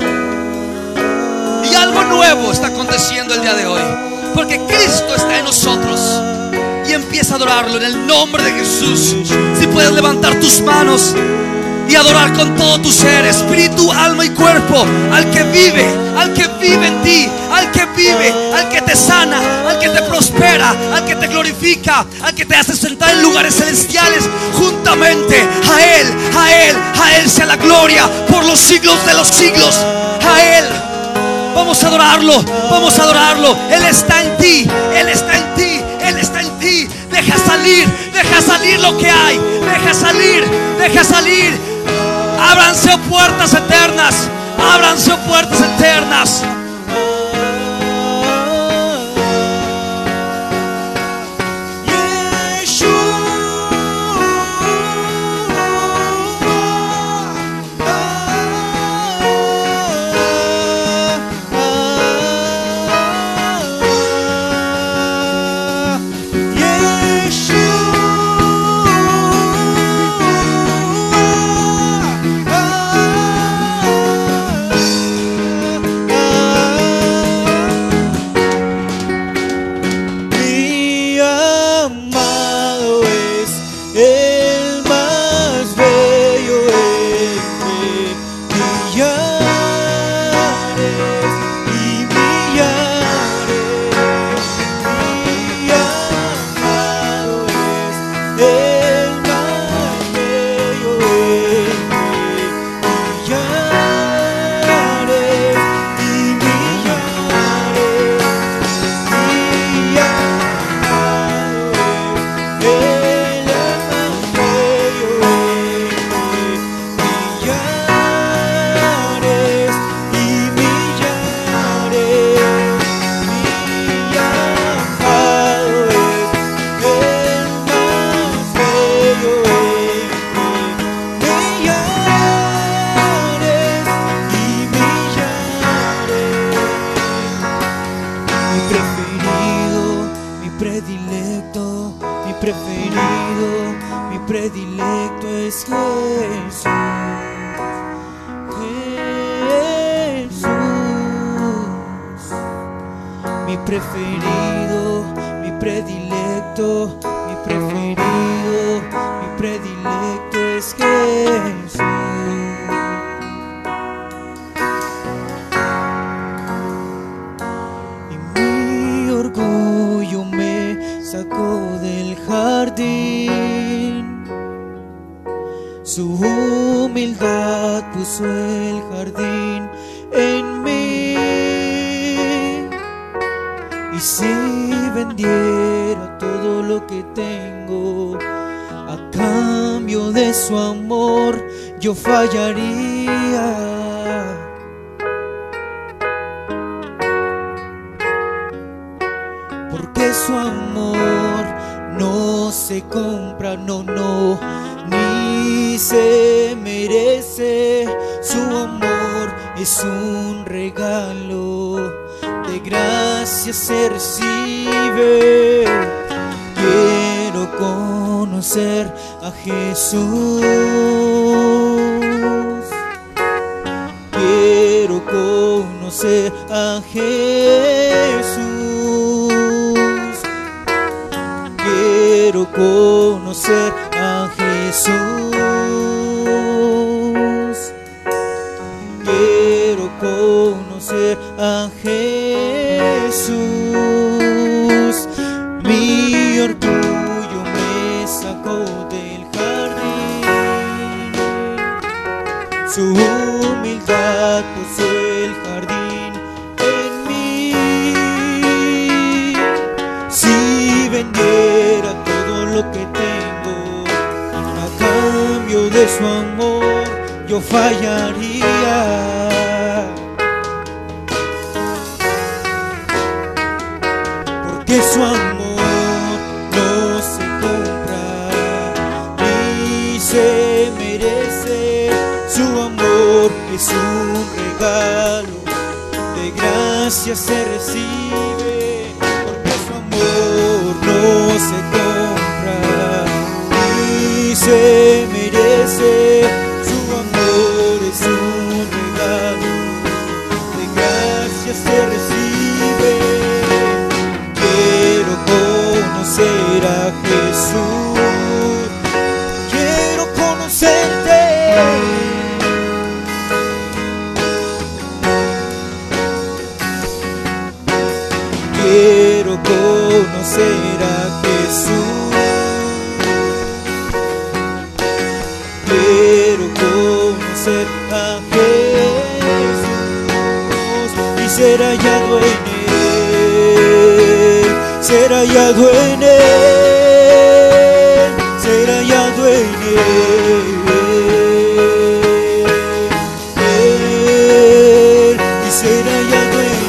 Y algo nuevo está aconteciendo el día de hoy, porque Cristo está en nosotros. Y empieza a adorarlo en el nombre de Jesús. Si puedes levantar tus manos y adorar con todo tu ser, espíritu, alma y cuerpo, al que vive en ti, al que vive, al que te sana, al que te prospera, al que te glorifica, al que te hace sentar en lugares celestiales juntamente. A Él sea la gloria por los siglos de los siglos. A Él. Vamos a adorarlo, vamos a adorarlo. Él está en ti, Él está en ti, Él está en ti. Deja salir lo que hay. Deja salir. Ábranse puertas eternas, ábranse puertas eternas. Yo fallaría, porque su amor no se compra, no, ni se merece. Su amor es un regalo, de gracia se recibe. Quiero conocer a Jesús. Quiero conocer a Jesús. Quiero conocer a Jesús. Quiero conocer a Jesús. Mi orgullo me sacó del jardín. Su humildad puso el jardín en mí. Si vendiera todo lo que tengo a cambio de su amor, yo fallaría. Porque su amor no se compra ni se merece. Su amor es un regalo, de gracia se recibe. Porque su amor no se compra ni se merece. Su amor es un regalo, de gracias se recibe. Quiero conocer a Jesús, quiero conocerte. Quiero conocer a Jesús, quiero conocer a Jesús y ser hallado en Él, ser hallado en Él, ser hallado en Él, y ser hallado en Él.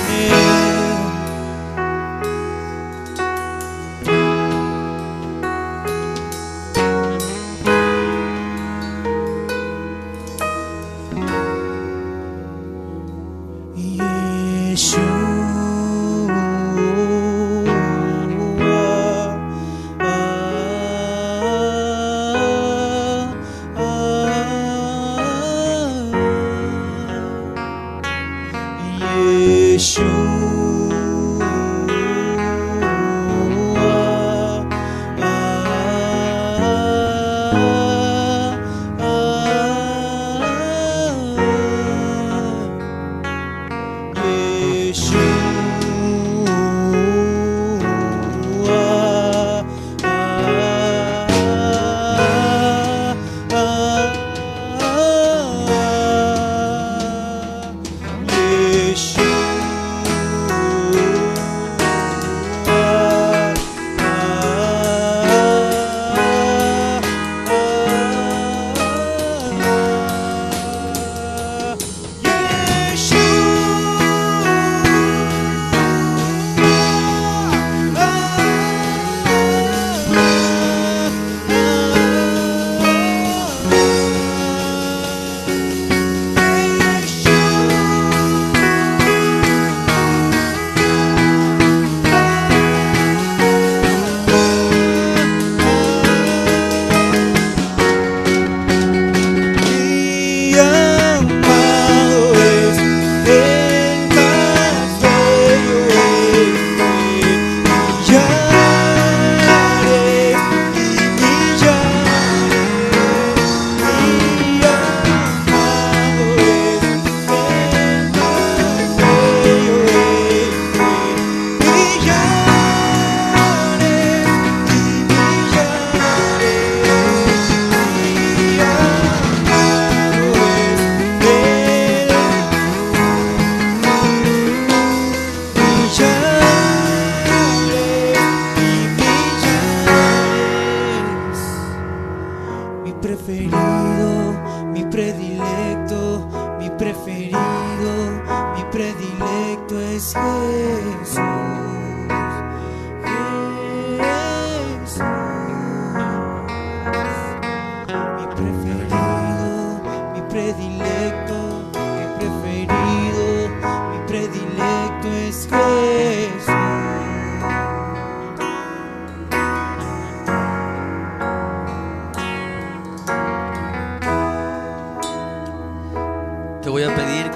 Te voy a pedir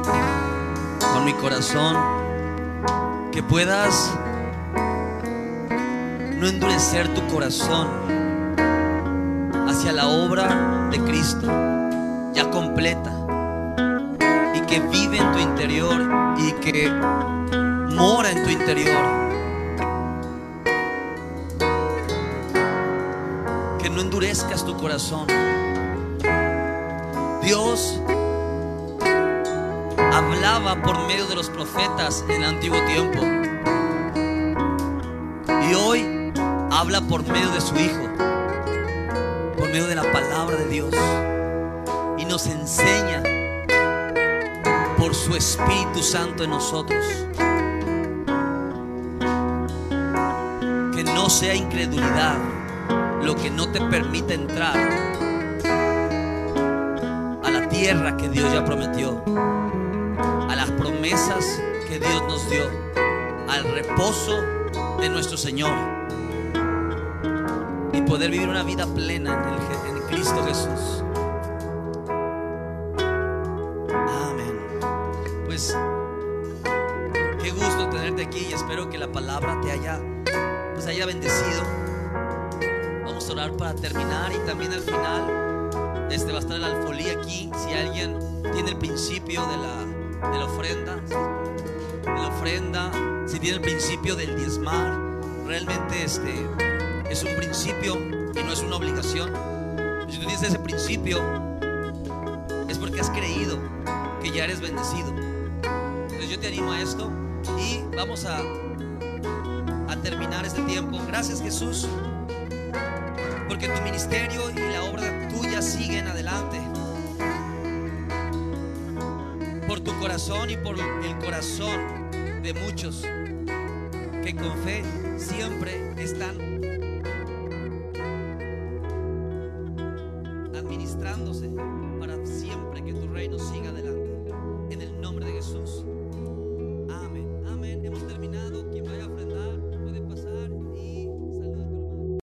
con mi corazón que puedas no endurecer tu corazón hacia la obra de Cristo ya completa y que vive en tu interior y que mora en tu interior. Que no endurezcas tu corazón. Dios hablaba por medio de los profetas en el antiguo tiempo y hoy habla por medio de su Hijo, por medio de la palabra de Dios, y nos enseña por su Espíritu Santo en nosotros. Que no sea incredulidad lo que no te permite entrar a la tierra que Dios ya prometió, a las promesas que Dios nos dio, al reposo de nuestro Señor. poder vivir una vida plena en Cristo Jesús. Amén. Pues qué gusto tenerte aquí y espero que la palabra te haya bendecido. Vamos a orar para terminar y también al final va a estar el alfolí aquí. Si alguien tiene el principio de la ofrenda, si tiene el principio del diezmar, realmente es un principio y no es una obligación. Si tú tienes ese principio, es porque has creído que ya eres bendecido. Entonces yo te animo a esto y vamos a terminar este tiempo. Gracias, Jesús, porque tu ministerio y la obra tuya siguen adelante. Por tu corazón y por el corazón de muchos que con fe siempre están administrándose para siempre que tu reino siga.